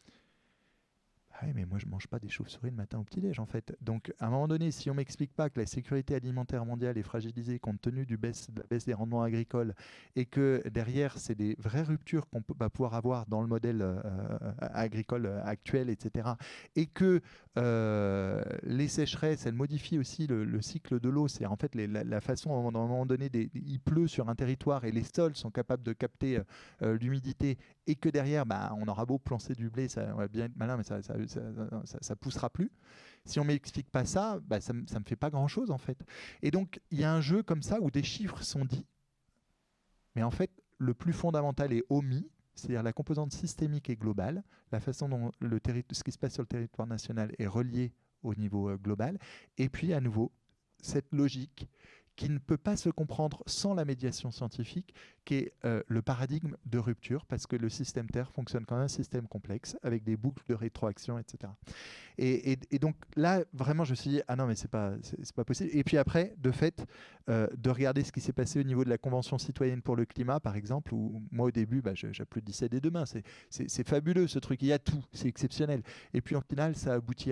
Ah oui, mais moi je mange pas des chauves-souris le matin au petit-déj en fait. Donc à un moment donné, si on m'explique pas que la sécurité alimentaire mondiale est fragilisée compte tenu du baisse, de la baisse des rendements agricoles et que derrière c'est des vraies ruptures qu'on peut, va pouvoir avoir dans le modèle euh, agricole actuel, et cetera. Et que euh, les sécheresses, elles modifient aussi le, le cycle de l'eau. C'est en fait les, la, la façon, à un moment donné, des, il pleut sur un territoire et les sols sont capables de capter euh, l'humidité et que derrière, bah, on aura beau plancer du blé, ça va bien être malin, mais ça, ça, ça, ça, ça poussera plus. Si on m'explique pas ça, bah, ça, ça me fait pas grand chose en fait. Et donc il y a un jeu comme ça où des chiffres sont dits, mais en fait le plus fondamental est omis, c'est-à-dire la composante systémique et globale, la façon dont le ce qui se passe sur le territoire national est relié au niveau euh, global, et puis à nouveau cette logique qui ne peut pas se comprendre sans la médiation scientifique, qui est euh, le paradigme de rupture, parce que le système Terre fonctionne comme un système complexe, avec des boucles de rétroaction, et cetera. Et, et, et donc là, vraiment, je me suis dit, ah non, mais c'est pas, c'est, c'est pas possible. Et puis après, de fait, euh, de regarder ce qui s'est passé au niveau de la Convention citoyenne pour le climat, par exemple, où moi, au début, bah, j'applaudissais dès demain. C'est, c'est, c'est fabuleux, ce truc. Il y a tout. C'est exceptionnel. Et puis, en final, ça aboutit à quoi?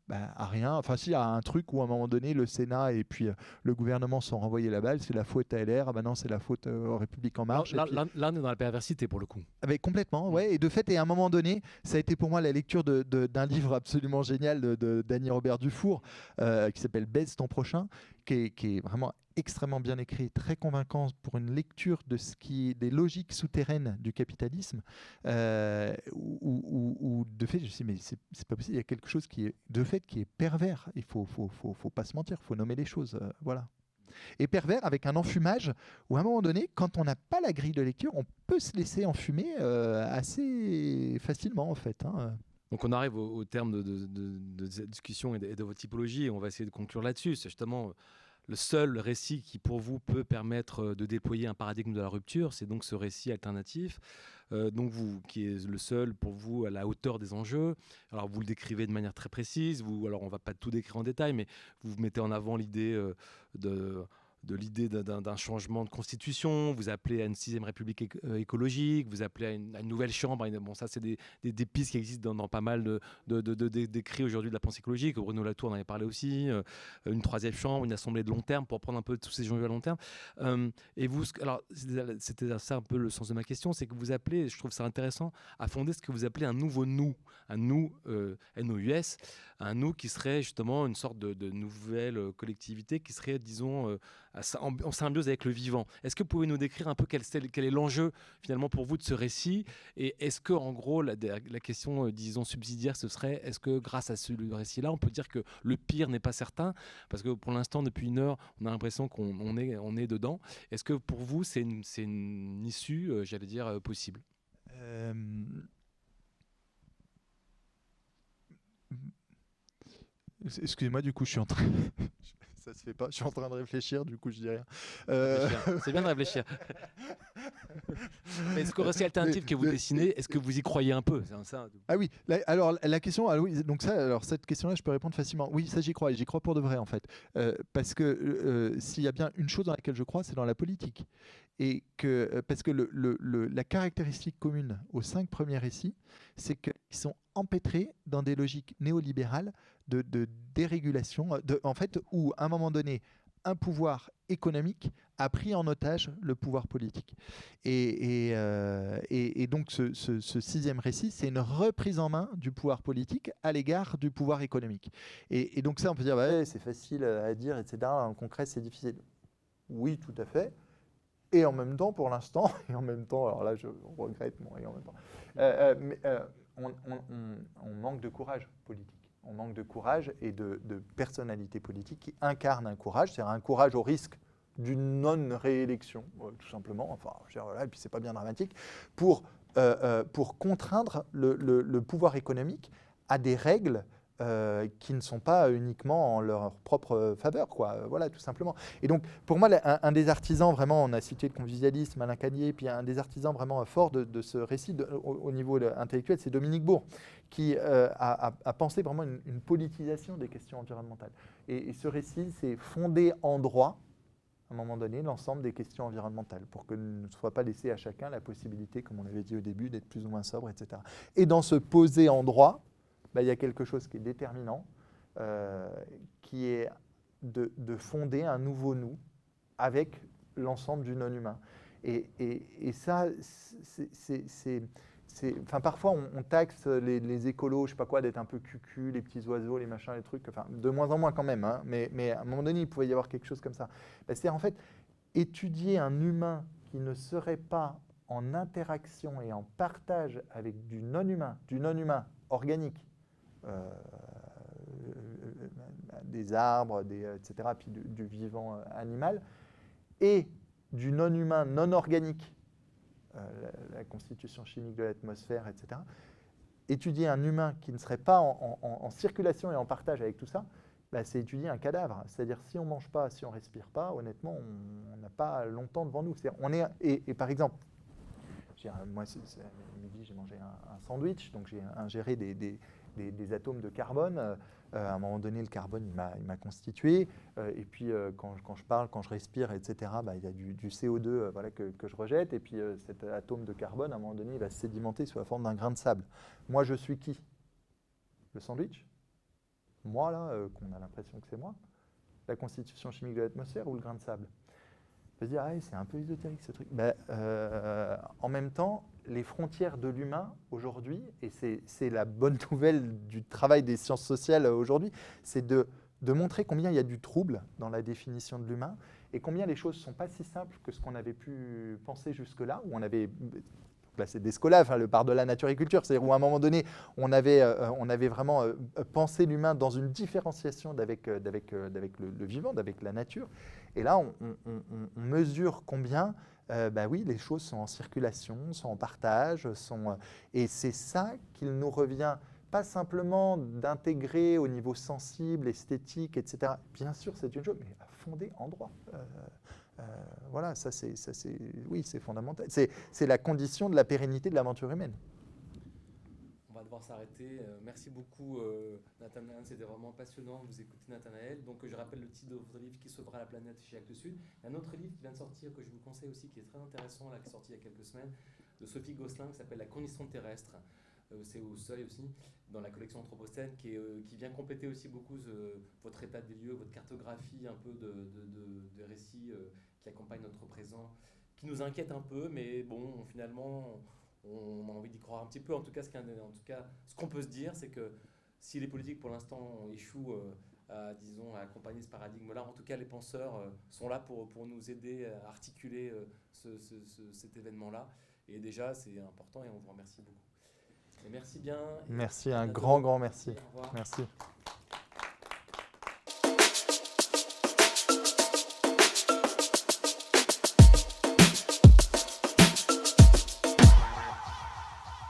Bah, à rien. Enfin, si, à un truc où à un moment donné, le Sénat et puis euh, le gouvernement se sont renvoyés la balle, c'est la faute à L R, ah bah non, c'est la faute euh, aux République En Là, Marche. Et là, puis, là, là, on est dans la perversité pour le coup. ah ben, complètement, Mm. ouais. Et de fait, et à un moment donné, ça a été pour moi la lecture de- de- d'un livre absolument génial de, de d'Annie Robert Dufour, euh, qui s'appelle Baise ton prochain, qui est, qui est vraiment extrêmement bien écrit, très convaincant pour une lecture de ce qui des logiques souterraines du capitalisme. Euh, où, où- où, de fait, je me suis dit, mais c'est, c'est pas possible. Il y a quelque chose qui est de fait qui est pervers. Il faut, faut, faut, faut pas se mentir, il faut nommer les choses. euh, voilà. Et pervers avec un enfumage où à un moment donné, quand on n'a pas la grille de lecture, on peut se laisser enfumer euh, assez facilement en fait. Hein. Donc on arrive au, au terme de, de, de, de cette discussion et de, et de votre typologie et on va essayer de conclure là-dessus. C'est justement le seul récit qui pour vous peut permettre de déployer un paradigme de la rupture, c'est donc ce récit alternatif, euh, donc vous, qui est le seul pour vous à la hauteur des enjeux. Alors vous le décrivez de manière très précise, vous, alors on ne va pas tout décrire en détail, mais vous mettez en avant l'idée euh, de de l'idée d'un, d'un changement de constitution, vous appelez à une sixième république éco- euh, écologique, vous appelez à une, à une nouvelle chambre. Bon, ça, c'est des, des, des pistes qui existent dans, dans pas mal de, de, de, de, de- d'écrits aujourd'hui de la pensée écologique. Bruno Latour en avait parlé aussi. Euh, une troisième chambre, une assemblée de long terme pour prendre un peu tous ces enjeux à long terme. Euh, et vous, alors, c'était ça un peu le sens de ma question, c'est que vous appelez, je trouve ça intéressant, à fonder ce que vous appelez un nouveau nous, un nous, euh, N O U S, un nous qui serait justement une sorte de, de nouvelle collectivité qui serait, disons, euh, en symbiose avec le vivant. Est-ce que vous pouvez nous décrire un peu quel, quel est l'enjeu finalement pour vous de ce récit? Et est-ce que en gros la, la question, disons, subsidiaire, ce serait est-ce que grâce à ce récit-là, on peut dire que le pire n'est pas certain? Parce que pour l'instant, depuis une heure, on a l'impression qu'on on est, on est dedans. Est-ce que pour vous, c'est une, c'est une issue, euh, j'allais dire, euh, possible? Euh, Excusez-moi, du coup, je suis en train. Ça se fait pas. Je suis en train de réfléchir, du coup, je dis rien. Euh... C'est bien de réfléchir. Mais est-ce que le récit alternatif que vous le... dessinez, est-ce que vous y croyez un peu? Ça. Ah oui, la, alors la question, alors oui, donc ça, alors cette question-là, je peux répondre facilement. Oui, ça j'y crois, et j'y crois pour de vrai en fait, euh, parce que euh, s'il y a bien une chose dans laquelle je crois, c'est dans la politique, et que euh, parce que le, le, le, la caractéristique commune aux cinq premiers récits, c'est qu'ils sont empêtrés dans des logiques néolibérales de, de dérégulation, de, en fait, où à un moment donné, un pouvoir économique a pris en otage le pouvoir politique. Et, et, euh, et, et donc ce, ce, ce, sixième récit, c'est une reprise en main du pouvoir politique à l'égard du pouvoir économique. Et, et donc ça, on peut dire, bah, ouais, c'est facile à dire, et cetera. En concret, c'est difficile. Oui, tout à fait. Et en même temps, pour l'instant, et en même temps, alors là, je regrette, bon, et en même temps, euh, euh, mais, euh, on, on, on, on manque de courage politique. On manque de courage et de, de personnalité politique qui incarne un courage, c'est-à-dire un courage au risque d'une non-réélection, euh, tout simplement, enfin, je veux dire, voilà, et puis c'est pas bien dramatique, pour, euh, euh, pour contraindre le, le, le pouvoir économique à des règles euh, qui ne sont pas uniquement en leur propre faveur, quoi, euh, voilà, tout simplement. Et donc, pour moi, un, un des artisans, vraiment, on a cité le convivialisme, Alain Cagnier, puis un des artisans vraiment forts de, de ce récit de, au, au niveau intellectuel, c'est Dominique Bourg, qui euh, a, a, a pensé vraiment une, une politisation des questions environnementales. Et, et ce récit, c'est fondé en droit, à un moment donné, l'ensemble des questions environnementales, pour que ne soit pas laissé à chacun la possibilité, comme on l'avait dit au début, d'être plus ou moins sobre, et cetera. Et dans ce poser en droit, bah, il y a quelque chose qui est déterminant, euh, qui est de, de fonder un nouveau nous avec l'ensemble du non-humain. Et, et, et ça, c'est... Enfin, parfois, on, on taxe les, les écolos, je sais pas quoi, d'être un peu cucu, les petits oiseaux, les machins, les trucs. Enfin, de moins en moins quand même. Hein, mais, mais à un moment donné, il pouvait y avoir quelque chose comme ça. Ben, c'est en fait étudier un humain qui ne serait pas en interaction et en partage avec du non-humain, du non-humain organique, euh, des arbres, des, et cetera, puis du, du vivant animal, et du non-humain non organique, euh, la, la constitution chimique de l'atmosphère, et cetera. Étudier un humain qui ne serait pas en, en, en circulation et en partage avec tout ça, bah, c'est étudier un cadavre. C'est-à-dire, si on ne mange pas, si on ne respire pas, honnêtement, on n'a pas longtemps devant nous. On est, et, et par exemple, moi, à midi, j'ai mangé un, un sandwich, donc j'ai ingéré des, des, des, des atomes de carbone. Euh, à un moment donné, le carbone, il m'a constitué. Euh, et puis, euh, quand, quand je parle, quand je respire, et cetera, bah, il y a du, du C O deux euh, voilà, que, que je rejette. Et puis, euh, cet atome de carbone, à un moment donné, il va se sédimenter sous la forme d'un grain de sable. Moi, je suis qui? Le sandwich? moi, là, euh, qu'on a l'impression que c'est moi, la constitution chimique de l'atmosphère ou le grain de sable. On peut se dire, ah, c'est un peu ésotérique ce truc. Ben, euh, en même temps, les frontières de l'humain aujourd'hui, et c'est la bonne nouvelle du travail des sciences sociales aujourd'hui, c'est de, de montrer combien il y a du trouble dans la définition de l'humain et combien les choses ne sont pas si simples que ce qu'on avait pu penser jusque-là, où on avait... Là, c'est Descola, hein, le par-delà nature et culture, c'est-à-dire où à un moment donné, on avait, euh, on avait vraiment euh, pensé l'humain dans une différenciation d'avec euh, euh, le, le vivant, d'avec la nature. Et là, on, on, on, on mesure combien, euh, bah oui, les choses sont en circulation, sont en partage, sont, euh, et c'est ça qu'il nous revient, pas simplement d'intégrer au niveau sensible, esthétique, et cetera. Bien sûr, c'est une chose, mais à fonder en droit. Euh, Euh, voilà, ça c'est, oui, c'est fondamental. C'est la condition de la pérennité de l'aventure humaine. On va devoir s'arrêter. Euh, merci beaucoup, euh, Nathanaël. C'était vraiment passionnant de vous écouter, Nathanaël. Donc, euh, je rappelle le titre de votre livre, Qui sauvera la planète, chez Actes Sud. Il y a un autre livre qui vient de sortir, que je vous conseille aussi, qui est très intéressant, là, qui est sorti il y a quelques semaines, de Sophie Gosselin, qui s'appelle La condition terrestre. Euh, c'est au Seuil aussi, dans la collection Anthropocène, qui, est, euh, qui vient compléter aussi beaucoup euh, votre état des lieux, votre cartographie un peu de, de, de, de récits euh, qui accompagnent notre présent, qui nous inquiète un peu, mais bon, finalement, on a envie d'y croire un petit peu. En tout cas, ce qu'on qu peut se dire, c'est que si les politiques, pour l'instant, échouent euh, à, disons, à accompagner ce paradigme-là, en tout cas, les penseurs euh, sont là pour, pour nous aider à articuler euh, ce, ce, ce, cet événement-là. Et déjà, c'est important et on vous remercie beaucoup. Et merci bien. Merci, un grand, grand merci. Merci. Au revoir. Merci.